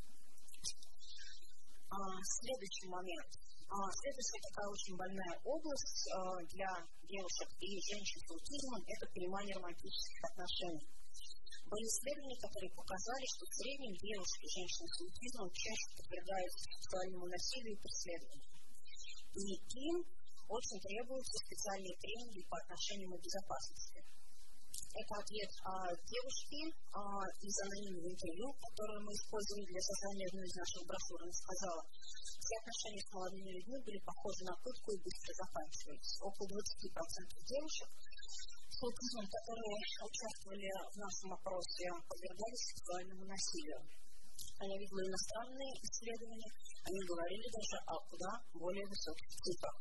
А, следующий момент. А, следующая такая очень больная область а, для девушек и женщин с аутизмом – это понимание романтических отношений. Были исследования, которые показали, что в среднем девушки и женщины с аутизмом чаще подвергаются сексуальному насилию и преследованию. И им очень требуются специальные тренинги по отношениям и безопасности. Это ответ а, девушки а, из анонимного интервью, которое мы использовали для создания одной из наших брошюр. Она сказала, все отношения с молодыми людьми были похожи на пытку и быстро заканчивались. Около двадцать процентов девушек с аутизмом, которые участвовали в нашем опросе, подвергались сексуальному насилию. Я видела иностранные исследования, они говорили даже о куда более высоких цифрах.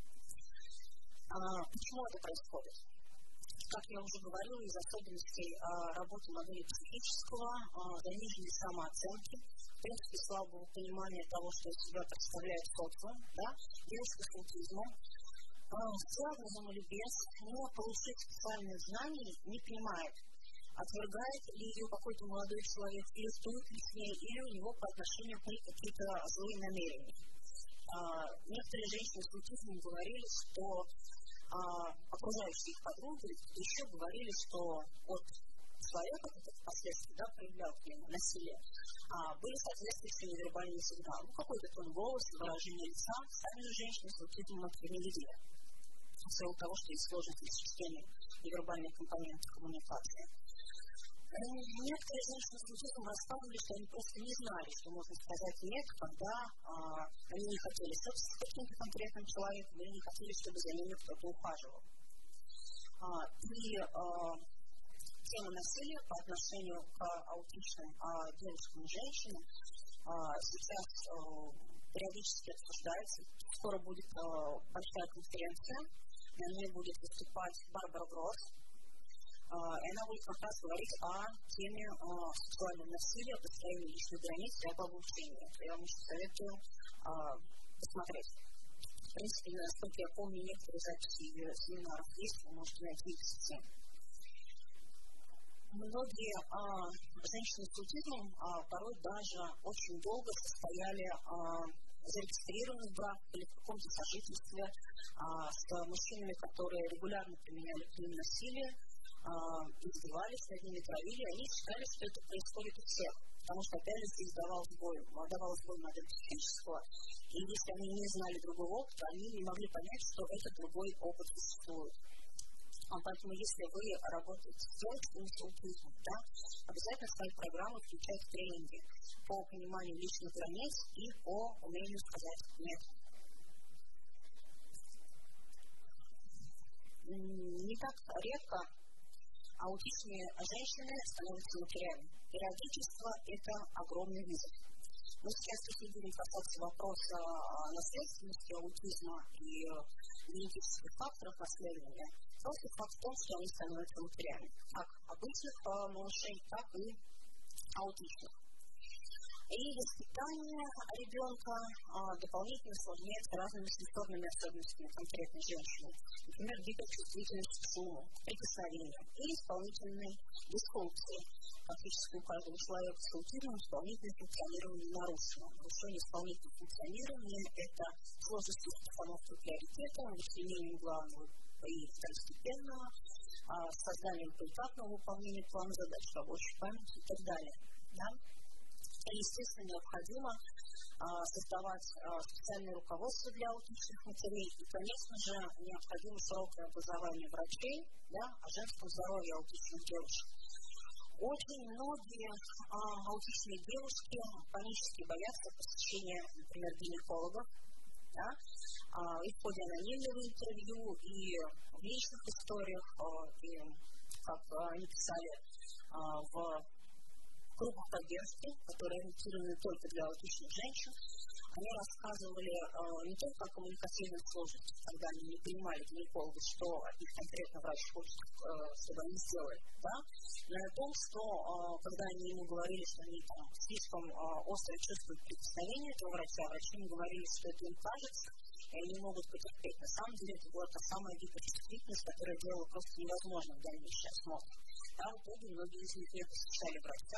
А, почему это происходит? Как я уже говорила, из особенностей а, работы модели психического, а, заниженной самооценки, в принципе, слабого понимания того, что из себя представляет социум, да, девушка с аутизмом, а, с диагнозом или без, но получить специальные знания не принимает. Отвергает ли ее какой-то молодой человек, или стоит ли с ней, или у него по отношению к ней какие-то злые намерения. А, некоторые женщины с аутизмом говорили, что а, окружающие их подруги еще говорили, что от человека, который впоследствии да, проявлял к нему насилие, а, были соответствующие невербальные сигналы. Ну, какой-то тон голоса, выражение лица. Сами же женщины с аутизмом это не видели. В силу того, что есть сложности с чтением невербальных компонентов коммуникации. Некоторые женщины с аутизмом рассказывали, что они просто не знали, что можно сказать «нет», когда а, они не хотели секса с каким-то конкретным человеком, или не хотели, чтобы за ними кто-то ухаживал. А, и а, тема насилия по отношению к аутичным а, девушкам и женщинам а, сейчас а, периодически обсуждается. Скоро будет а, большая конференция, на ней будет выступать Барбара Гросс. Uh, и она будет как раз говорить о теме uh, сексуального насилия, построения личных границ и об обучении. Я вам очень советую uh, посмотреть. В принципе, насколько я помню, некоторые записи ее семинаров есть, вы можете найти их в сети. Многие uh, женщины с аутизмом uh, порой даже очень долго состояли uh, зарегистрированы в брак или в каком-то сожительстве uh, с мужчинами, которые регулярно применяли к ним насилие, издевались над ними, травили, они считали, что это происходит у всех, потому что, опять же, здесь давал сбой, давал сбой модель психического, и если они не знали другого опыта, они не могли понять, что этот другой опыт существует. А поэтому, если вы работаете с девочками с аутизмом, да, обязательно в своей программе включать тренинги по пониманию личных границ и по умению сказать «нет». Не так редко аутичные женщины становятся матерями. И родительство – это огромный вызов. Мы сейчас не будем касаться вопроса наследственности аутизма и генетических факторов наследования. Просто факт в том, что они становятся матерями. Как обычных малышей, так и аутичных. И воспитание ребенка а, дополнительно осложняется разными сенсорными особенностями конкретной женщины. Например, гиперчувствительность к шуму, прикосновениям или исполнительной дисфункции. Фактически у каждого человека с аутизмом исполнительное функционирование нарушено. Нарушение исполнительного функционирования – это сложности постановки приоритета, вычленением главного и второстепенного, а, созданием поэтапного выполнения плана задач, рабочей памяти и так далее. Да? И, естественно, необходимо а, создавать а, специальное руководство для аутичных матерей. И, конечно же, необходимо широкое образование врачей, да, о женском здоровье аутичных девушек. Очень многие а, аутичные девушки панически боятся посещения, например, гинекологов. Да, а, и в ходе анонимного интервью, и в личных историях, а, и, как а, они писали а, в группа поддержки, которые ориентированы только для аутичных женщин. Они рассказывали э, не только о коммуникативных сложностях, когда они не понимали гинеколога, что от них конкретно врач хочет, э, чтобы они сделали, да, но и о том, что э, когда они ему говорили, что они там слишком э, остро чувствуют прикосновение этого врача, врачи им говорили, что это им кажется, и они могут потерпеть. На самом деле это была та самая гиперчувствительность, которая делала просто невозможным дальнейший осмотр. Да, в итоге многие из них не посещали врача,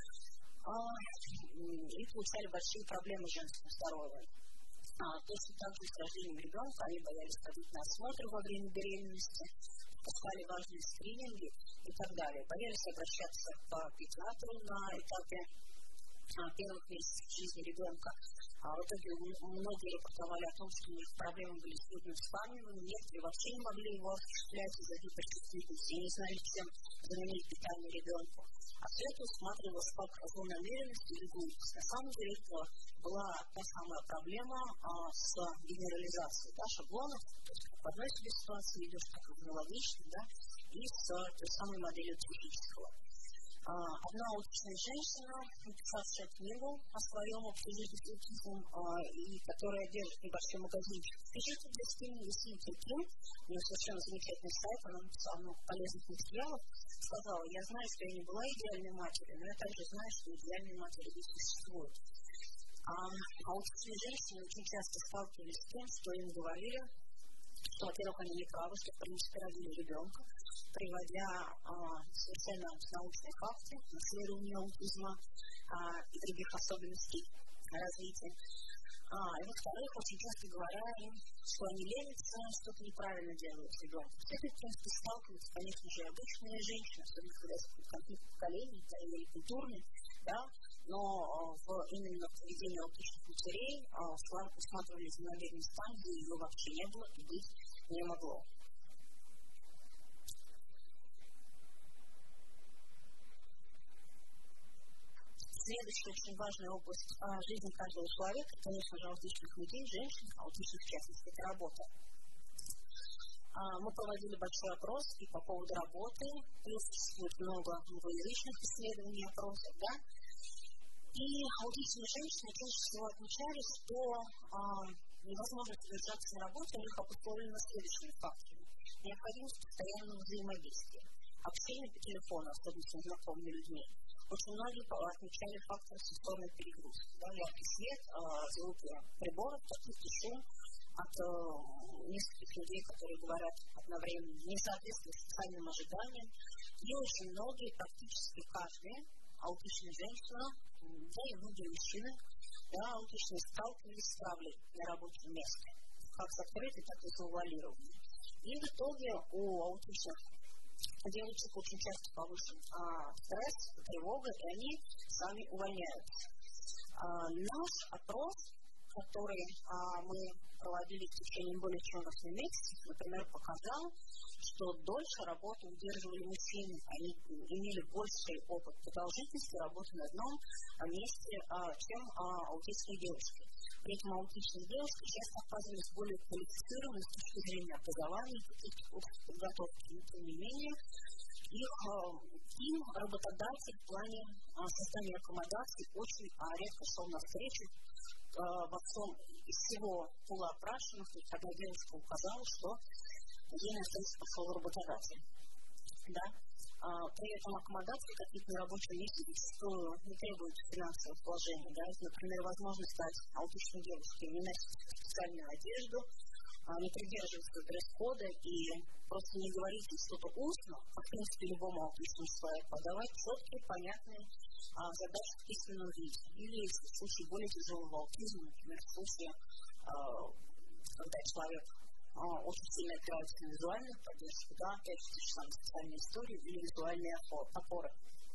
и получали большие проблемы с женским здоровьем. А, точно так же с рождением ребенка они боялись ходить на осмотры во время беременности, пропускали важные скрининги и так далее. Боялись обращаться к педиатру на этапе а, первых месяцев жизни ребенка. А в итоге многие рапортовали о том, что у них проблемы были с грудным вспарыванием, некоторые вообще не могли его осуществлять из-за гиперчувствительности и не знали, чем заменить питание ребенку. А все это усматривалось как злонамеренность или глупость. На самом деле это была та самая проблема а, с генерализацией, да, шаблонов, то есть в одной себе ситуации идешь так аналогично, да, и с той самой моделью психического. А, одна аутичная женщина, написавшая книгу о своем опыте жизни с аутизмом, а, и которая держит небольшой магазинчик в Питере для скрининга Синтикин, у нее совершенно замечательный сайт, она написала много полезных материалов, сказала: я знаю, что я не была идеальной матерью, но я также знаю, что идеальные матери не существуют. А аутичные женщины очень часто сталкивались с тем, что им говорили, что, во-первых, они не правы, что, в принципе, родили ребенка, приводя а, совершенно научные факты на исследование аутизма а, и других особенностей развития. А, и, во-вторых, очень часто говоря им, что они ленятся, что-то неправильно делают с ребенком. С этим, в принципе, сталкиваются, конечно же, обычные женщины, особенно когда есть конфликт поколений, да, или культурный, да, но в именно поведении аутичных матерей усматривали злонамеренность там, где ее вообще не было и быть не могло. Следующая очень важная область а, жизни каждого человека, конечно же, аутичных людей, женщин, аутичных в частности, это работа. А, мы проводили большой опрос и по поводу работы, плюс существует много англоязычных исследований и опросов, да. И аутичные женщины чаще всего отмечали, что а, невозможно содержаться на работе, у них обусловлено следующими факторами. Необходимость постоянного взаимодействия, общение по телефону, особенно с незнакомыми людьми. Очень многие отмечали фактор сенсорной перегрузки. Да, яркий свет, э, звуки приборов, какой-то шум от э, нескольких людей, которые говорят одновременно, не соответствует социальным ожиданиям. И очень многие, практически каждая аутичная женщина, да и многие мужчины, да, аутичные сталкивались с травлей на рабочем месте, как с открытой, так и завуалированной. И в итоге у аутичных девочек очень часто повышен а, стресс, тревога, и они сами увольняются. А, наш опрос, который а, мы проводили в течение более чем восьми месяцев, например, показал, что дольше работу удерживали мужчины, они имели больший опыт продолжительности работы на одном месте, а, чем а, аутичные девушки. При этом аутичные девушки часто оказывались более квалифицированы с точки зрения образования, каких-то курсов подготовки, но тем не менее их, им работодатель в плане а, создания аккомодаций очень а, редко шел навстречу а, во всем из всего пула опрашиваемых, когда девушка указала, что ей на встречу пошел работодатель. Да? А, при этом аккомодации какие-то на рабочем месте зачастую не требуют финансового вложения. Да? Например, возможность стать аутичной девушкой, не носить специальную одежду, а, не придерживаться дресс-кода и просто не говорить что-то устно, как в принципе любому аутичному человеку, а давать четкие, понятные а, задачи в письменном виде. Или в случае более тяжелого аутизма, например, в случае, а, когда человек а, очень сильно опирается на визуальную поддержку, да, опять же, те же самые социальные истории или визуальные опоры.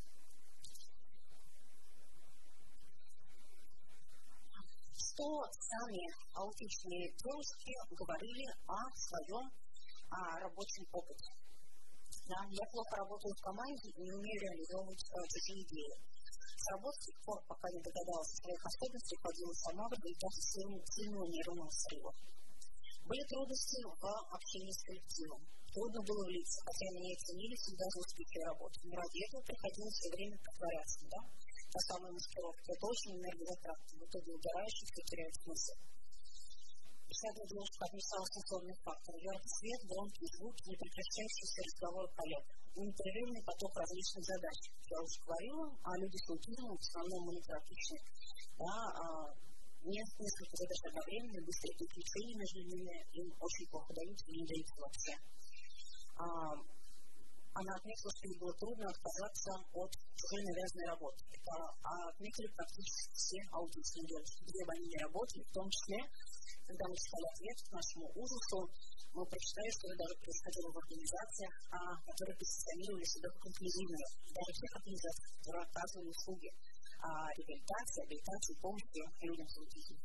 Что сами аутичные девушки говорили о своем о рабочем опыте. Да, я плохо работаю в команде и не умею реализовывать э, чужие идеи. С работы с тех пор, пока не догадалась о своих особенностях, ходила сама в результате сильного нервного срыва. Были трудности в общении с коллективом. Трудно было влиться, хотя меня и ценили всегда за успехи работы. Но ради этого приходилось все время притворяться, да? та самая маскировка, это очень энергозатратно. В итоге угораешь, и все теряет смысл. Десятая девушка отмечала сенсорный фактор. Яркий свет, громкие звуки, непрекращающийся разговор коллег. Непрерывный поток различных задач. Я уже говорила, а люди с аутизмом в основном монотерапичны. Да, а, несколько задач одновременно, быстрые переключения между ними им очень плохо даются и не даются вообще. А, она отметила, что ей было трудно отказаться от чужой навязанной работы. Это отметили практически все аутичные девушки, где бы они ни работали, в том числе, когда мы читали ответ к нашему ужасу, мы прочитали, что это даже происходило в организациях, а, которые позиционировали себя как инклюзивные, даже в тех организациях, которые оказывали услуги а, реабилитации, абилитации, помощи людям с аутизмом.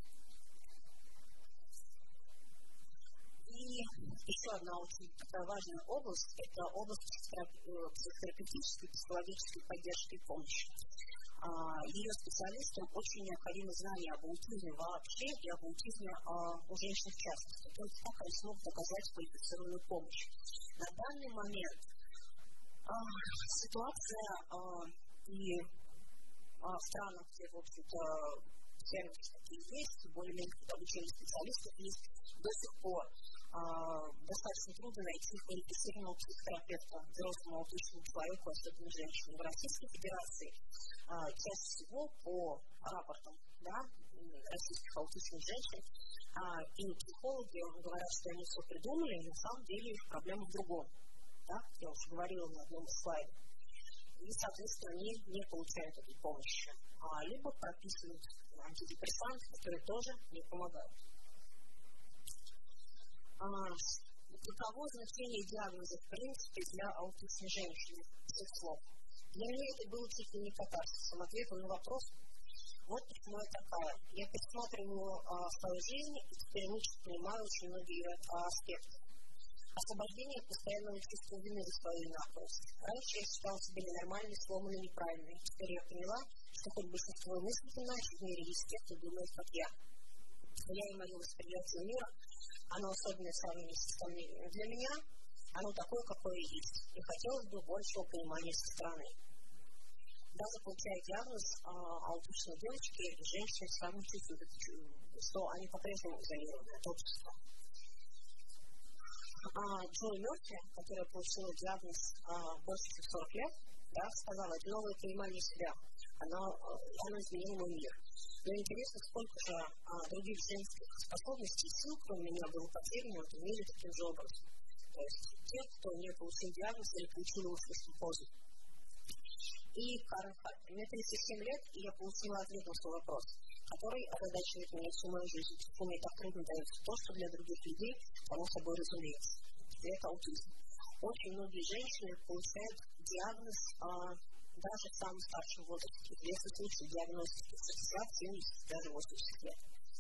И еще одна очень такая важная область – это область психотерапевтической, психологической поддержки и помощи. Ее специалистам очень необходимо знание об аутизме вообще и об аутизме у женщин в частности. То есть как они смогут оказать квалифицированную помощь. На данный момент ситуация и в странах, где, в общем-то, сервисы такие есть, более-менее обучение специалистов есть, до сих пор достаточно трудно найти квалифицированного психотерапевта взрослому аутичному человеку, особенно женщине. В Российской Федерации чаще всего по рапортам, да, российских аутичных женщин и психологи говорят, что они все придумали, и на самом деле их проблема в другом. Да? Я уже говорила на одном из слайдов. И, соответственно, они не получают этой помощи. Либо прописывают антидепрессанты, которые тоже не помогают. Каково значение диагноза, в принципе, для аутичной женщины? Всех слов. Для меня это было чуть ли не катарсисом. Ответом на вопрос, вот почему я такая. Я пересматриваю а, свою жизнь и теперь лучше понимаю очень многие а, аспекты. Освобождение от постоянного чувства вины за свою инаковость. Раньше я считала себя ненормальной, сломанной, неправильной. Теперь я поняла, что хоть большинство мыслей иначе в мире есть те, кто думает, как я. Я и мое восприятие мира, оно особенное в сравнении с остальными. Для меня оно такое, какое есть. И хотелось бы большего понимания со стороны. Даже получая диагноз а, аутичной девочки, женщины все равно чувствуют, что они по-прежнему изолированы от общества. А, Джой Мерфи, которая получила диагноз а, больше, чем сорок лет, да, сказала, это новое понимание себя. Оно, оно изменило мой мир. Но интересно, сколько же а, других женских способностей и сил, кроме меня, было потеряно в этом мире таким же образом. То есть те, кто не получил диагноз или получил его слишком поздно. И Карен Харпер. Мне тридцать семь лет, и я получила ответ на свой вопрос, который озадачивает меня всю мою жизнь. Почему мне так трудно дается то, что для других людей само собой разумеется. Это аутизм. Очень многие женщины получают диагноз а, даже в самом старшем возрасте. Если случай диагностики шестьдесят, семьдесят, даже восемьдесят лет.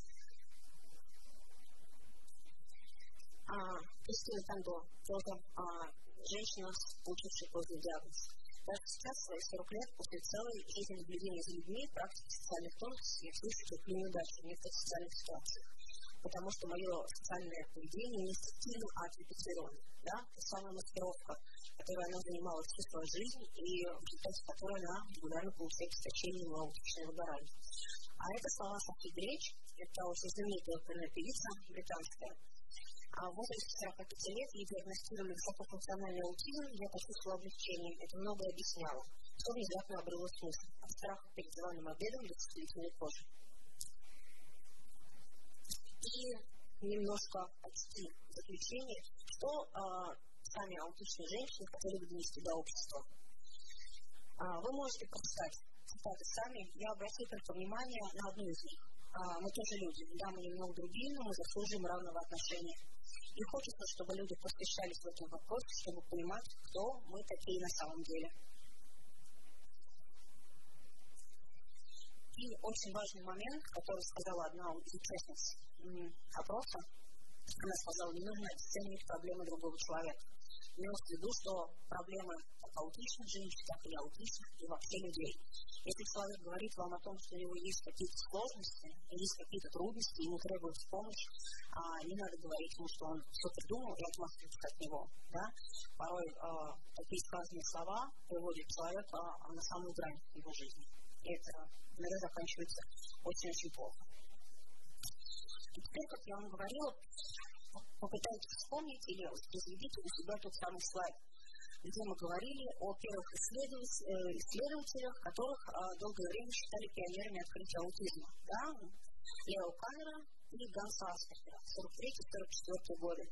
А, Кристина Тандо, тоже а, женщина, получившая поздний диагноз. Даже сейчас, в свои сорок лет, после целой жизни наблюдения за людьми, практики социальных тонкостей, я слышу только неудачи в некоторых социальных ситуациях. Потому что мое социальное поведение не сильно атрипицировано. Да? Та самая маскировка, которой она занималась всю свою жизнь, и в результате которой она регулярно получает истощение и аутичное выгорание. А это слова Софи Грейч, это очень знаменитая оперная певица британская. А в возрасте сорока пяти лет ей диагностировали высокофункциональный аутизм, я почувствовала облегчение. Это многое объясняло. Все внезапно обрело смысл. От страха перед званым обедом до чувствительной кожи. И немножко почти заключение, что а, сами аутичные женщины хотели бы донести до общества. А, вы можете прочитать цитаты сами. Я обратила только внимание на одну из них. А, мы тоже люди. Да, мы немного другие, но мы заслуживаем равного отношения. И хочется, чтобы люди посвящались в этом вопросе, чтобы понимать, кто мы такие на самом деле. И очень важный момент, который сказала одна из участниц опроса, она сказала, не нужно обесценивать проблемы другого человека. Имелось в виду, что проблемы как аутичных женщин, так и аутичных, и вообще людей. Если человек говорит вам о том, что у него есть какие-то сложности, есть какие-то трудности, ему требуется помощь, а не надо говорить ему, что он все придумал и отмахиваться от него. Да? Порой а, такие сказанные слова приводят человека а, на самую грань его жизни. И это иногда заканчивается очень-очень плохо. И теперь, как я вам говорила, попытайтесь вспомнить или воспроизведите у себя тот самый слайд, где мы говорили о первых исследователях, которых а, долгое время считали пионерами открытия аутизма. Да? Лео Каннера и Ганс Аспергера, сорок третий — сорок четвёртый годы.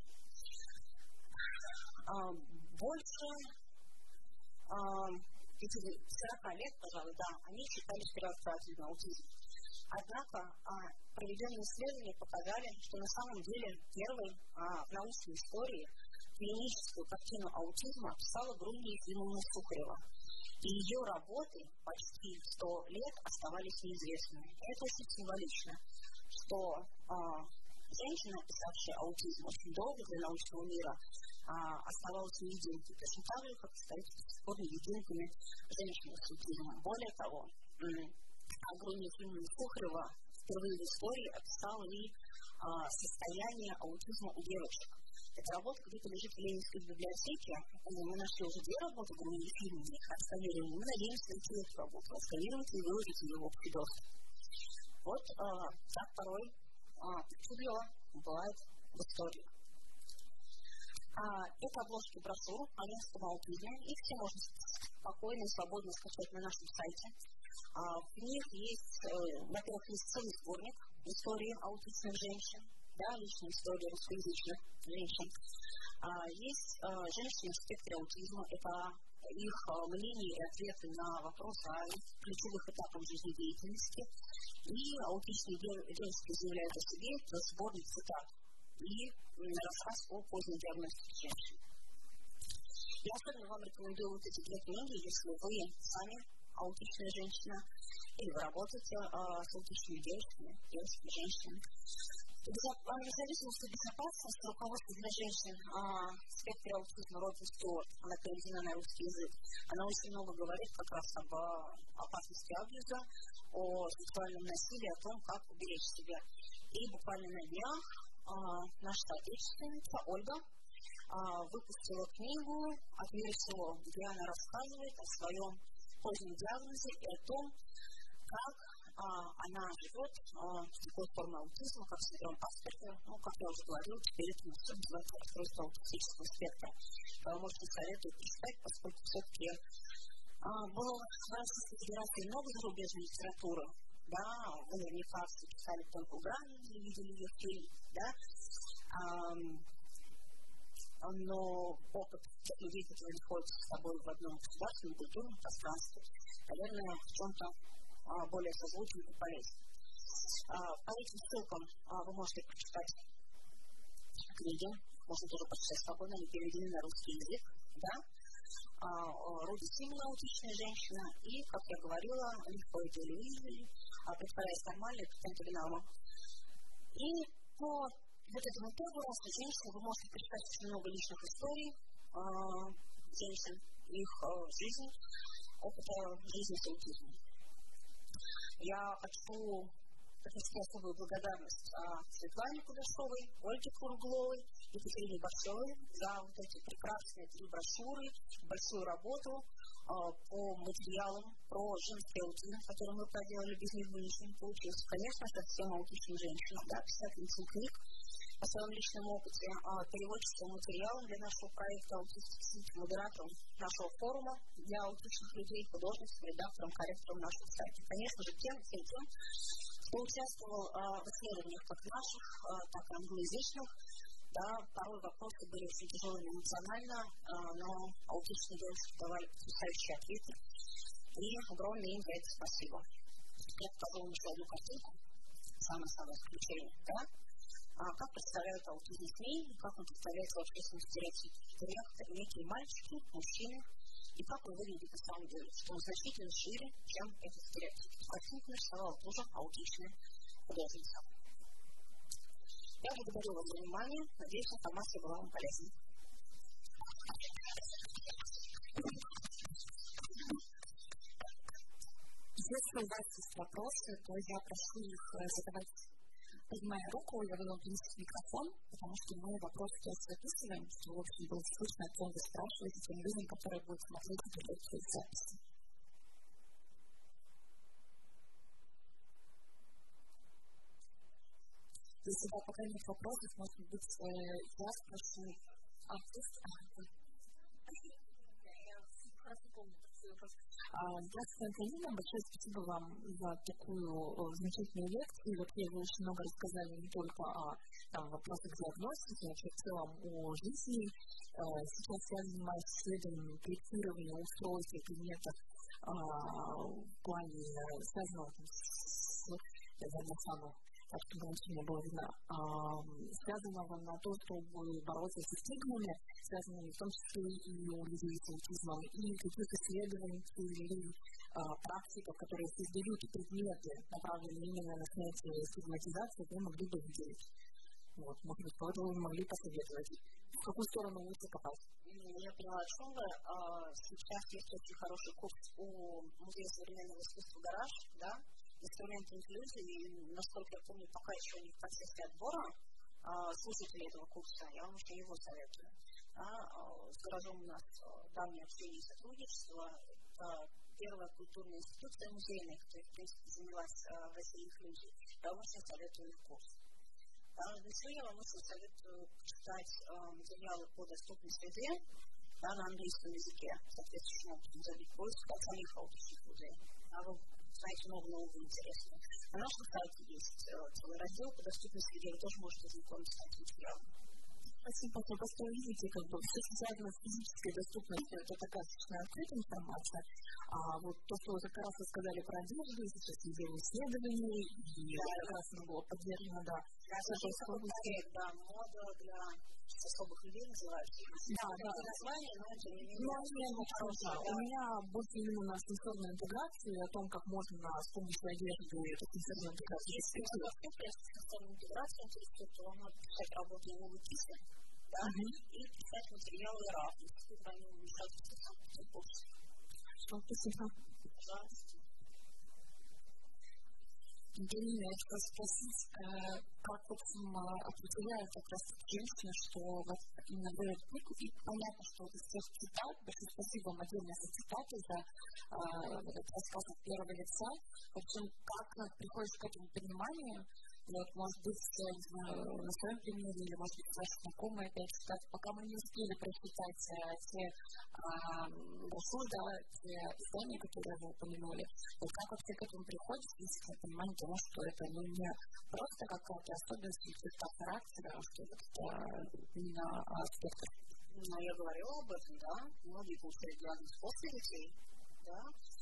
А, больше а, сорока лет, пожалуй, да, они считались первооткрывателями аутизма. Однако а, проведенные исследования показали, что на самом деле первой а, в научной истории клиническую картину аутизма описала Грунья Ефимовна Сухарева. И ее работы почти сто лет оставались неизвестными. Это очень символично, что а, женщина, описавшая аутизм очень долго для научного мира, а, оставалась невидимкой. Точно так же, как остаются до сих пор невидимками женщины с аутизмом. Более того, Грунья Ефимовна Сухарева впервые в истории описала и а, состояние аутизма у девочек. Эта работа где-то лежит в Ленинской библиотеке. Мы нашли уже две работы Груньи Ефимовны, их отсканировали. Мы надеемся найти эту работу, отсканировать и выложить ее в общий доступ. Вот а, так порой а, причудливо бывает в истории. А, это обложки брошюр о женском аутизме. Их все можно спокойно и свободно скачать на нашем сайте. А, в них есть, э, во-первых, есть целый сборник истории аутичных женщин, да, личная история русскоязычных женщин. А, есть а, женщины в спектре аутизма, это их а, мнения и ответы на вопросы о их ключевых этапах жизнедеятельности. И аутичные девушки заявляют о себе, это сборник цитат и рассказ о поздней диагностике женщин. Я особенно вам рекомендую вот эти две книги, если вы сами аутичная женщина, или вы работаете а, с аутичными девушками, девушками, женщинами. Независимость и безопасность руководства для женщин а, в спектре аутизма Роджер Стюарт, она переведена на русский язык. Она очень много говорит как раз об а, опасности абьюза, о сексуальном насилии, о том, как уберечь себя. И буквально на днях а, наша соотечественница Ольга а, выпустила книгу «От мира всего», где она рассказывает о своем позднем диагнозе и о том, как а, она живет а, с такой формой аутизма, как синдром Аспергера. Ну, как я уже говорила, теперь это называется расстройство аутистического спектра. Вы можете советовать прочитать, поскольку все-таки а, было в Российской Федерации много зарубежной литературы. Да, вы наверняка все читали «Тонкую грань», или видели ее фильм, да. А, но опыт тех людей, которые находятся с собой в одном государственном культурном пространстве, наверное, в чем-то а, более созвучен и полезен. А, по этим ссылкам а, вы можете прочитать книги, можно тоже прочитать спокойно, они переведены на русский язык, да. А, Руди Симон, аутичная женщина, и, как я говорила, легко это или увидели, а, притворяясь нормально, это Динамо. И по вот этому итогу роста женщин вы можете прочитать очень много личных историй э, женщин, их э, жизни, опыта жизни с аутизмом. Я хочу принести особую благодарность э, Светлане Кудашовой, Ольге Кругловой, Екатерине Борщевой за вот эти прекрасные три брошюры, большую работу э, по материалам про женский аутизм, который мы проделали, без них бы ничего не получилось. Конечно, это всем аутичным женщинам, да, писательницам книг, по своем личном опыте, переводческим материалом для нашего проекта, аутистическим модератором нашего форума для аутичных людей, художникам, редактором, корректором нашего сайта. Конечно же, тем, всем тем, кто участвовал а, в исследованиях как наших, а, так и англоязычных, да, порой вопросы были очень тяжелыми эмоционально, а, но аутичные девушки давали потрясающие ответы, и огромное им за это спасибо. Я покажу вам еще одну картинку, самое-самое исключение, да? А как представляют аутизм СМИ, как он представляется в общественном стереотипе. Это некие мальчики, мужчины, и как он выглядит на самом деле, что он значительно шире, чем этот стереотип. Картинку нарисовала тоже аутичная художница. Я благодарю вас за внимание, надеюсь, информация была вам полезной. Если у вас есть вопросы, то я прошу их задавать, поднимая руку, я буду принести микрофон, потому что мы вопросы тоже записываем, чтобы, в общем, было слышно, о чем вы спрашиваете тем людям, которые будут смотреть эту лекцию в записи. Если да, пока нет вопросов, может быть, я спрошу. А, Здравствуйте, Антонина. Большое спасибо вам за такую замечательную лекцию. Вообще, вы очень много рассказали не только о там, вопросах диагностики, но и в целом о жизни. Сейчас я занимаюсь исследованием проектирования устройств и предметов в плане связанного с, наверное, самым, так чтобы лучше не было видно, связанного на то, чтобы бороться со стигмами, связанными в том числе и у людей с аутизмом, и каких исследователей или практиков, которые создают предметы, направленные именно на снятие стигматизации, вы могли бы выделить. Вот, может быть, кого-то вы могли посоветовать. В какую сторону лучше копать? Я поняла, о чем вы. Сейчас есть очень хороший курс у Музея современного искусства «Гараж», да, инструменты инклюзии, и, насколько я помню, пока еще не в процессе отбора слушателей этого курса, я вам еще его советую. А, с «Гаражом» у нас давнее общение и сотрудничество. Это первая культурная институция музейная, которая, в принципе, занялась в России инклюзией. Я вам очень советую их курс. Еще я вам очень советую читать э, материалы по доступной среде, да, на английском языке, соответственно, можете забить поиск от самих аутичных людей. А вы знаете много нового интересного. На нашем сайте есть э, целый раздел по доступной среде, вы тоже можете знакомиться с этим материалом. Спасибо, просто вы видите, как бы все связано с физической доступностью, это такая достаточно открытая информация. А вот то, что вы как раз рассказали про одежду, сейчас я делаю исследования, и да, как раз оно было поддержано, да. Да, да, мода для особых людей называется. Да, да. Название, но это не хорошее. У меня больше именно на сенсорную интеграцию, о том, как можно с помощью одежды эту сенсорную интеграцию использовать. Если сенсорную интеграцию интересует, то она писать работу его выписи, да, и писать материалы равных. Тут они вмешательства в Санкт-Петербурге. Спасибо. Пожалуйста. Антонина, я хотела спросить, как вот определяют как раз женщины, что вот именно в этот книгу, и понятно, что из всех цитат, большое спасибо вам отдельно за цитаты, за этот рассказ от первого лица, в общем, как приходишь к этому пониманию, вот, может быть, на своем примере, или, может быть, ваши знакомые опять читать, пока мы не успели прочитать те брошюры, да, те издания, которые вы упомянули, вот как вообще к этому приходите, если к пониманию того, что это ну, не просто какая-то особенность или черта характера, а что это именно спектр. Ну, я говорила об этом, да, многие получают диагноз после детей, да.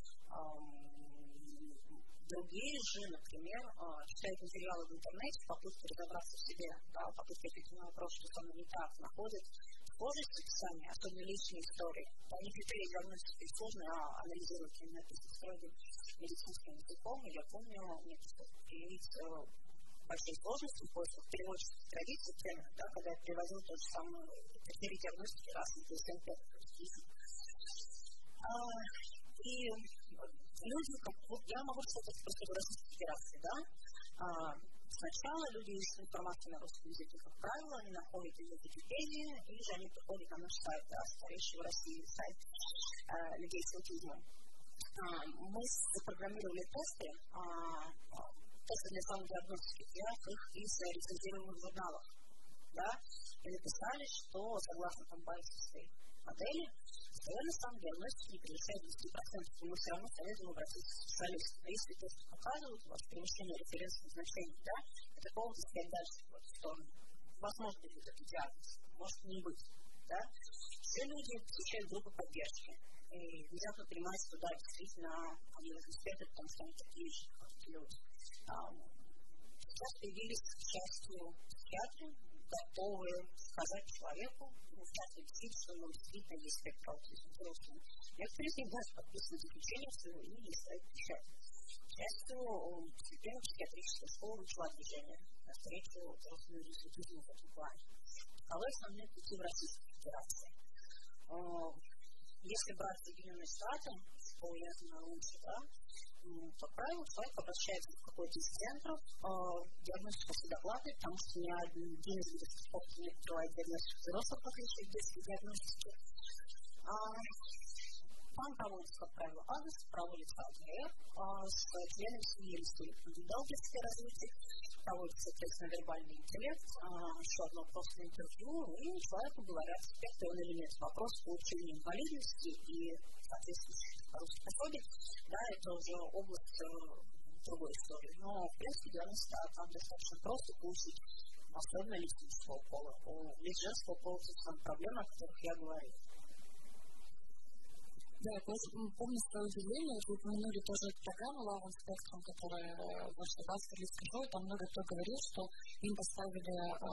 Другие же, например, читают материалы в интернете в попытке разобраться в себе, да, в попытке ответить на вопрос, что со мной не так, находят схожесть в описании, особенно личные истории. Они критерии диагностики сложно анализировать именно строгим медицинским языком, и я помню, мне пришлось проявить большие сложности в поисках переводческих традиций, да, когда я приводил тот же самый критерий диагностики раз в ди эс эм пять. И люди, вот я могу сказать, это просто в Российской Федерации, да, а, сначала люди ищут информацию на русском языке, как правило, они находят ее в Википедии, или же они приходят на наш сайт, да, старейший в России сайт а, людей с аутизмом. А, мы запрограммировали тесты, а, тесты для самодиагностики, делав их из рецензируемых журналов, да, и написали, что согласно там байсовской модели, на самом деле, диагностика не превышает десять процентов, но мы все равно советуем обратиться к специалисту. А если тесты показывают у вас превышение референсных значений, да, это повод искать дальше в эту сторону. Возможно ли это диагноз, может не быть, да. Все люди посещают группы поддержки. И внезапно понимают, что да, действительно, они эксперты, потому что они такие же, как эти люди. Сейчас появились, к счастью, психиатры, готовые сказать человеку, ну, в частности, действительно, что он действительно есть спектр аутизма взрослым. Некоторые из них даже подписывают заключение в своего имени и ставят печать. К счастью, постепенно психиатрическая школа начала движение навстречу взрослым людям с аутизмом в этом плане. Таковы основные пути в Российской Федерации. Если брать Соединенные Штаты, что я знаю лучше, да, по правилу человек обращается в какой-то из центров, э, диагностика всегда платная, потому что ни один из видов страховки не покрывает диагностику взрослых, в отличие от детской диагностики. А, и, люди, которые, ну, в частности, люди с аутизмом, да, они обращаются в какой-то из центров, э, диагностика всегда платная, потому что ни один из видов страховки не покрывает диагностику взрослых, в отличие от детской диагностики. Там проводится, как правило, адрес, проводится АДР с членом семьи или индивидуальности развития, проводится, соответственно, вербальный интеллект, еще одно просто интервью, и человеку говорят, спектр он или нет. Вопрос получения инвалидности и соответствующих русских пособий, да, это уже область другой истории. Но, в принципе, диагноз, да, там достаточно просто получить, особенно лиц мужского пола. У лиц женского пола это самая проблема, о которых я говорю. Да, я помню свое удивление, вы упомянули тоже программу Love on Spectrum, которая вошла в австралийский шоу, там много кто говорил, что им поставили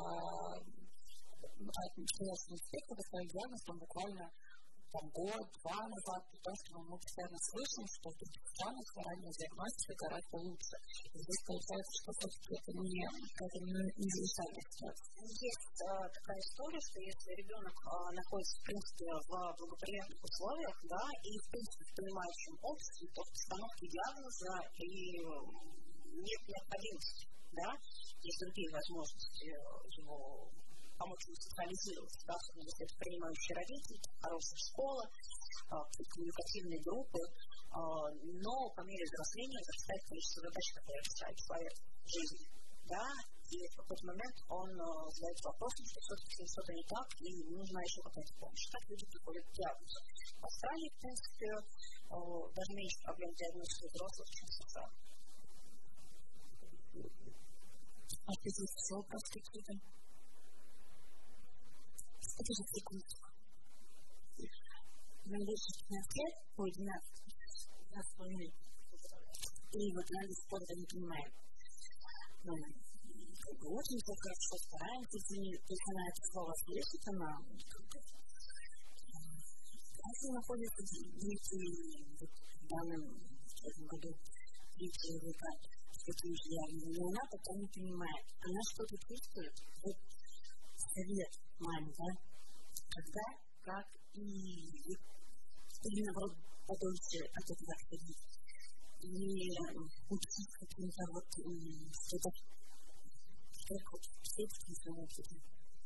настоящий спектр, поставили диагноз, там буквально там, год, два назад, потому что мы постоянно слышим, что в других странах ранняя диагностика гораздо лучше. И здесь получается, что все-таки это не какая-то неуниверсальная ситуация. Есть а, такая история, что если ребенок а, находится, в принципе, в благоприятных условиях, да, и, в принципе, в понимающем обществе, то в постановке диагноза и нет необходимости, да, есть другие возможности его помочь ему социализироваться, да, особенно если это принимающие родители, хорошая школа, коммуникативные группы, но по мере взросления возрастает количество задач, которые решает человек в жизни, да, и в какой-то момент он задается вопросом, что все-таки что-то не так, и нужна еще какая-то помощь. Так люди приходят к диагнозу. В Австралии, в принципе, даже меньше проблем диагностики взрослых, чем в США. А здесь еще вопросы какие-то? Скажите секундочку. Нам больше пятнадцать лет, ой, двенадцать, двенадцать лет. И вот я до сих пор это не понимаю. Ну, как бы очень все хорошо стараемся, если она это слово слышит, она если находится дети в данном году, дети увлекают с таким же диагнозом, но она пока не понимает. Она что-то чувствует, вот совет маме, да, когда, как и или наоборот подольше от этого отходить. И учить каким-то вот что-то, как вот все такие свои опыты.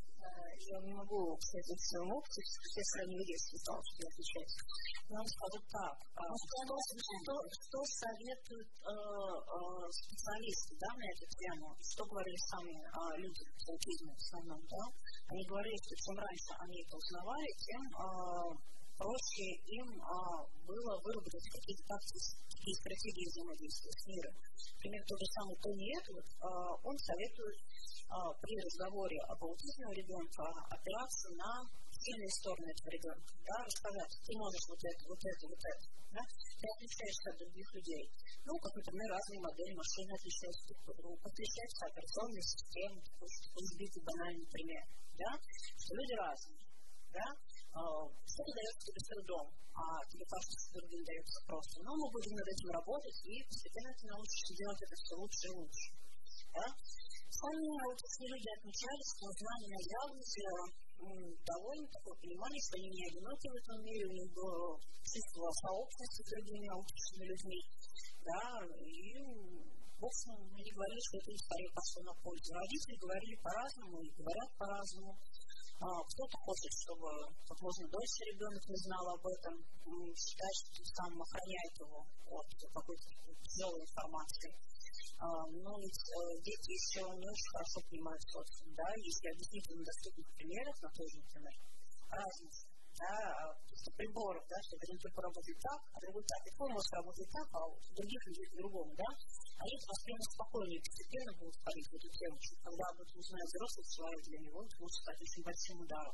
Я не могу, кстати, в своем опыте, все сравнили детство, потому что я отвечаю. Нам скажут так, а, что, что, что советуют э, э, специалисты, да, на эту тему, что говорили сами э, люди с аутизмом в основном, да, они говорили, что чем раньше они это узнавали, тем э, проще им э, было выработать какие-то тактические стратегии взаимодействия с миром. Например, тот же самый Тони Эдвард, э, он советует при разговоре об аутизме у ребенка опираться на сильные стороны этого ребенка, да, рассказать, ты можешь вот это, вот это, вот это, да, ты отличаешься от других людей. Ну, как, например, разные модели машины отличаются друг от друга, отличаются операционные системы, такой избитый банальный пример, да, что люди разные, да, что-то дается тебе с трудом, а тебе кажется, что другим дается просто. Но мы будем над этим работать, и постепенно ты научишься делать это все лучше и лучше, да. Сами аутистичные люди отмечали, что знание о диагнозе довольно такое понимание, что они не одиноки в этом мире, у них было чувство сообщества с другими аутичными людьми, да, и, в общем, они говорили, что это скорее пошло на пользу. Родители говорили по-разному и говорят по-разному. А, кто-то хочет, чтобы как можно дольше ребенок не знал об этом, считает, что тем самым охраняет его от какой-то тяжелой информации. Uh, но ведь uh, дети еще не очень хорошо понимают социум, да, если объяснить им доступных примеров, на той же, например, разница, да, приборов, да, что один прибор работает так, а другой так, и твой мозг работает так, а у других людей по-другому, да, они воспринимают спокойнее, постепенно будут ходить в эту тему, когда об этом узнает взрослый человек, для него это может стать очень большим ударом.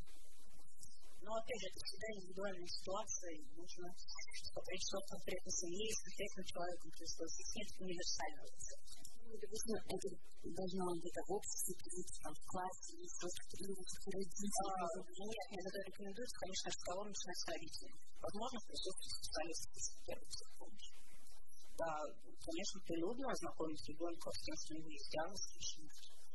Но, опять же, это всегда индивидуальная ситуация, и нужно смотреть, что конкретно семье и с конкретным человеком, то есть нет универсального рецепта. Допустим, это должно быть где-то в обществе, там, в классе, или что-то, что-то родители. Нет, мне зато рекомендуется, конечно, разговор начинать с родителями. Возможно, в присутствии специалистов из первой помощи. Да, конечно, прилюдно ознакомить ребенка с тем, что у него есть диагноз, почему.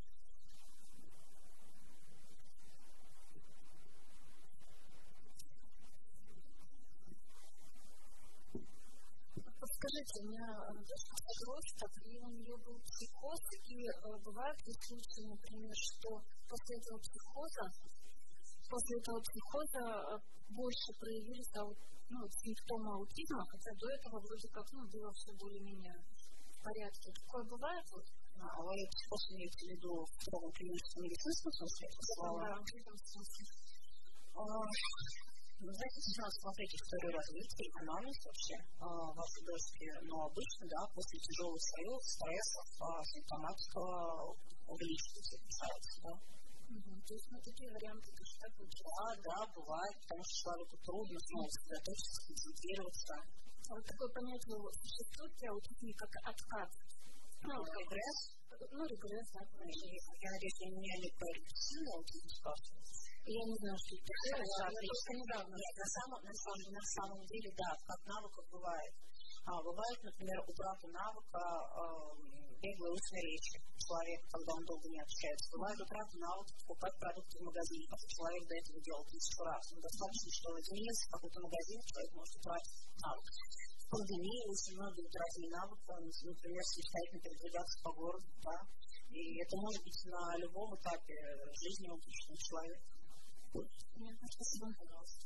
Скажите, у меня дочка подросток, и у нее был психоз, и э, бывают ли случаи, например, что после этого психоза, после этого психоза больше проявились аут, ну, симптомы аутизма, хотя до этого вроде как, ну, было все более-менее в порядке. Такое бывает? Вот? А вы сейчас имеете в виду в таком клиническом медицинском смысле? Да, в этом смысле. Ну, знаете, сейчас смотреть историю развития, экономики вообще в вашей дочке, но обычно, да, после тяжелых слоев, стрессов, симптоматика увеличивается, да. Угу. То есть, ну, такие варианты тоже так получается? Да, да, бывает, потому что человеку трудно снова сосредоточиться, сконцентрироваться. А вот такое понятие существует для аутизма как откат? Ну, регресс. Ну, регресс, да. Я надеюсь, у меня не про регрессивный аутизм спрашивается. Я не знаю, что это такое. Я просто недавно. Нет, на самом, на, самом, на самом деле, да, откат навыков бывает. А, бывает, например, утрата навыка э, беглой устной речи человека, когда он долго не общается. Бывает утрата навыка покупать продукты в магазине, как человек до этого делал тысячу раз. Но достаточно, что изменился какой-то магазин, человек может утратить навык. В пандемии очень многие утратили навык, например, самостоятельно передвигаться по городу, да. И это может быть на любом этапе жизни обычного человека. Спасибо. Пожалуйста.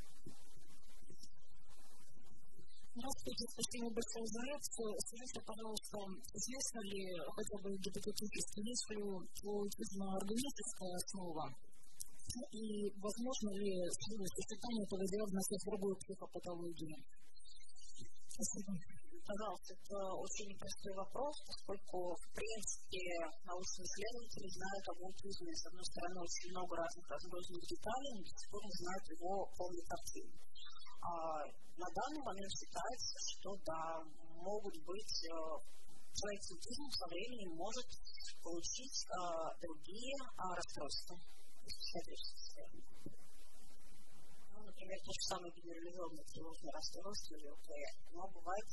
Здравствуйте, спасибо большое за лекцию. Скажите, пожалуйста, известно ли хотя бы гипотетически, есть ли у аутизма органическая основа? И возможно ли сочетание этого диагноза с другой психопатологией? Спасибо. Пожалуйста, это очень непростой вопрос, поскольку, в принципе, научные исследователи знают об аутизме, с одной стороны, очень много разных разрозненных деталей, но до сих пор не знают его полной картины. А на данный момент считается, что да, могут быть, человек с аутизмом со временем может получить а, другие а, расстройства, психиатрические исследования. Ну, например, то же самое генерализованное тревожное расстройство или ОКР. Но бывает.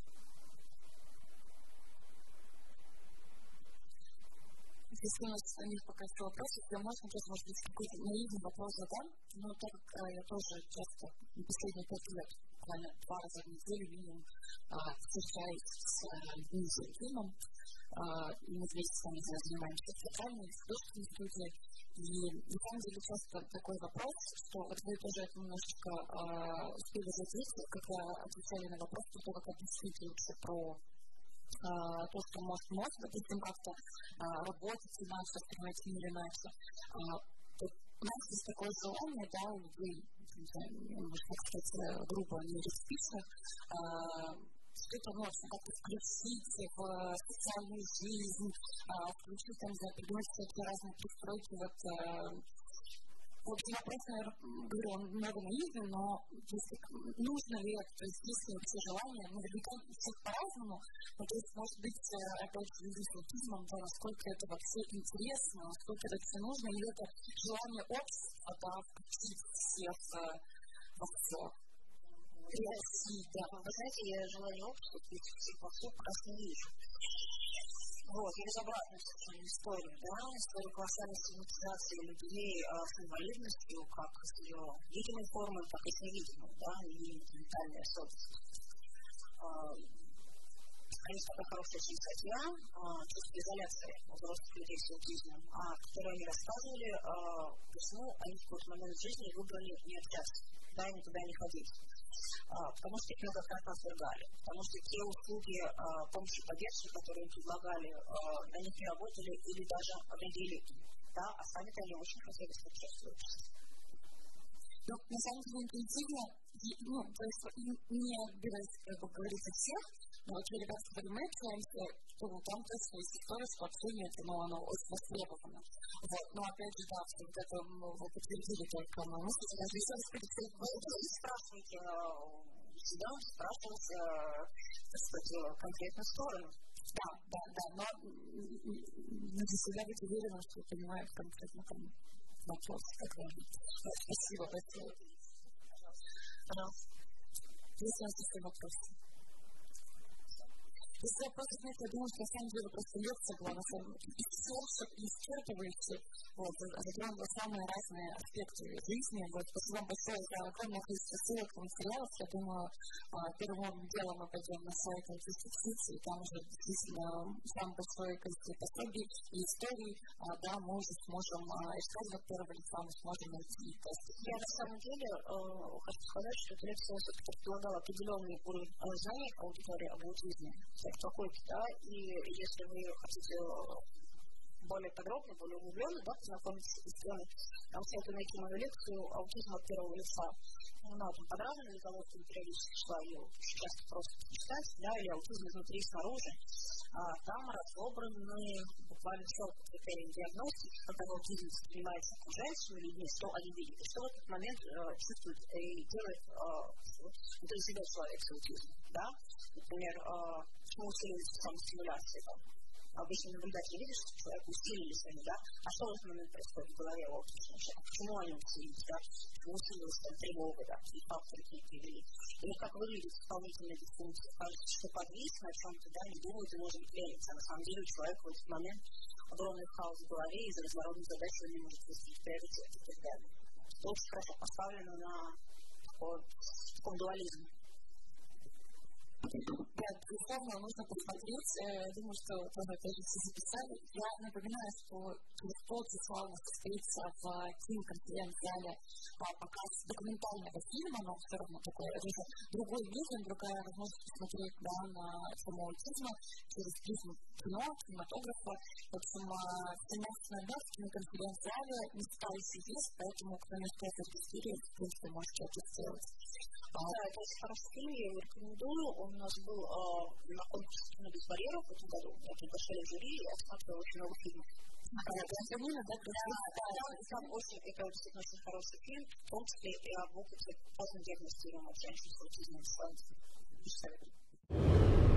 Если у нас нет пока что вопросов, то можно просто, может быть, какой-то наивный вопрос задам, но так как а, я тоже часто последние пять лет, буквально два раза в неделю минимум, а, встречаюсь с людьми с аутизмом, и мы вместе с вами занимаемся театральной, художественной студией, и на самом деле часто такой вопрос, что вот вы тоже это немножечко а, успели ответить, когда отвечали на вопрос про то, как объяснить лучше про Uh, то, что может, может, допустим, как-то uh, работать иначе, воспринимать мир иначе. Uh, у нас есть такое желание, да, у людей, может, так сказать, грубо, нейроспичных, uh, что-то можно как-то включить в социальную жизнь, uh, включить, там, за придумать всякие разные пристройки, вот, uh, в общем, вопрос, наверное, говорю, он много наивный, но если нужно ли это, то есть есть ли вообще желание, наверняка всех по-разному, но то есть, может быть, опять же, в связи с аутизмом, да, насколько это вообще интересно, насколько это все нужно, или это желание общества, да, включить всех во все. Пригласить, да. Вы знаете, я желание общества включить всех во все пока не вижу. Вот, я разобрала совершенно историю, да, историю колоссальной стигматизации людей а, с инвалидностью, как с ее видимой формой, так и с невидимой, да, и ментальной особенностью. Есть такая хорошая очень статья «Чувство изоляции у взрослых людей с аутизмом», в которой они рассказывали, почему они в какой-то момент в жизни выбрали не общаться, да, и никуда не ходить. Потому что их многократно отвергали, потому что те услуги а, помощи и поддержки, которые им предлагали, а, на них не работали или даже вредили, да, а сами-то они очень хотели соучаствовать. Но на самом деле интуитивно, ну, то есть не отбирать, как бы говорить о всех, но вот ребята, которые мы общаемся, что там точно есть история, что общение, это, ну, оно очень востребовано. Вот, но опять же, да, что вот это вы подтвердили только мы мысли, даже если вы спрашиваете всегда, спрашивайте, так сказать, конкретную сторону. Да, да, да, но для себя быть уверенным, что понимают конкретно там вопрос, как важно. Спасибо большое. Пожалуйста. Есть у нас еще вопросы? Если вопросов нет, я думаю, что на самом деле просто лекция была на самом деле исчерпывающей, вот, затронула самые разные аспекты жизни. Вот, спасибо вам большое за огромное количество ссылок и материалов. Я думаю, первым делом мы пойдем на сайт Антистриксити, и там уже действительно самое большое количество пособий и историй, да, мы уже сможем исследовать первого лица, мы сможем найти тесты. Я на самом деле э, хочу сказать, что эта лекция все-таки предполагала определенный уровень знаний аудитории об аутизме, какой-то, да, и если вы хотите более подробно, более углубленно, да, познакомиться с темой, там советую найти мою лекцию «Аутизм от первого лица». Она там подробно для того, чтобы периодически шла ее часто просто почитать, да, или «Аутизм изнутри и снаружи». А там разобраны буквально все по критериям диагностики, когда аутизм воспринимается окружающими людьми, что они видят, и что в этот момент э, чувствует и делает э, внутри себя человек с аутизмом, да. Например, э, почему усиливается самостимуляция, там. Обычно наблюдатели видят, что человек усилились они, да, а что в этот момент происходит в голове у аутичного человека, почему они усилились, да, почему усилилась там тревога, да, какие факторы какие привели, или как выглядит исполнительная дисфункция, кажется, что подвис на чем-то, да, не думает и может клеиться, а на самом деле у человека в этот момент огромный хаос в голове, из-за разнородных задач он не может выставить приоритет и так далее. Это очень хорошо поставлено на таком дуализме. Да, безусловно, нужно посмотреть. Я думаю, что тоже это все записали. Я напоминаю, что через полчаса у нас состоится в киноконференц-зале показ документального фильма, но все равно такой другой визион, другая возможность посмотреть, да, на тему аутизма через призму кино, кинематографа. В общем, семнадцать ноль ноль в киноконференц-зале места еще есть, поэтому кто не успеет зарегистрироваться, в принципе, можете это сделать. Да, это очень хороший фильм, я его рекомендую. Он у нас был э, на конкурсе «Кино без барьеров» в этом году. Я приглашали в жюри, я смотрела очень много фильмов. А, да, да, да, там очень, это действительно очень хороший фильм, в том числе и об опыте поздно диагностируемого женщин с аутизмом.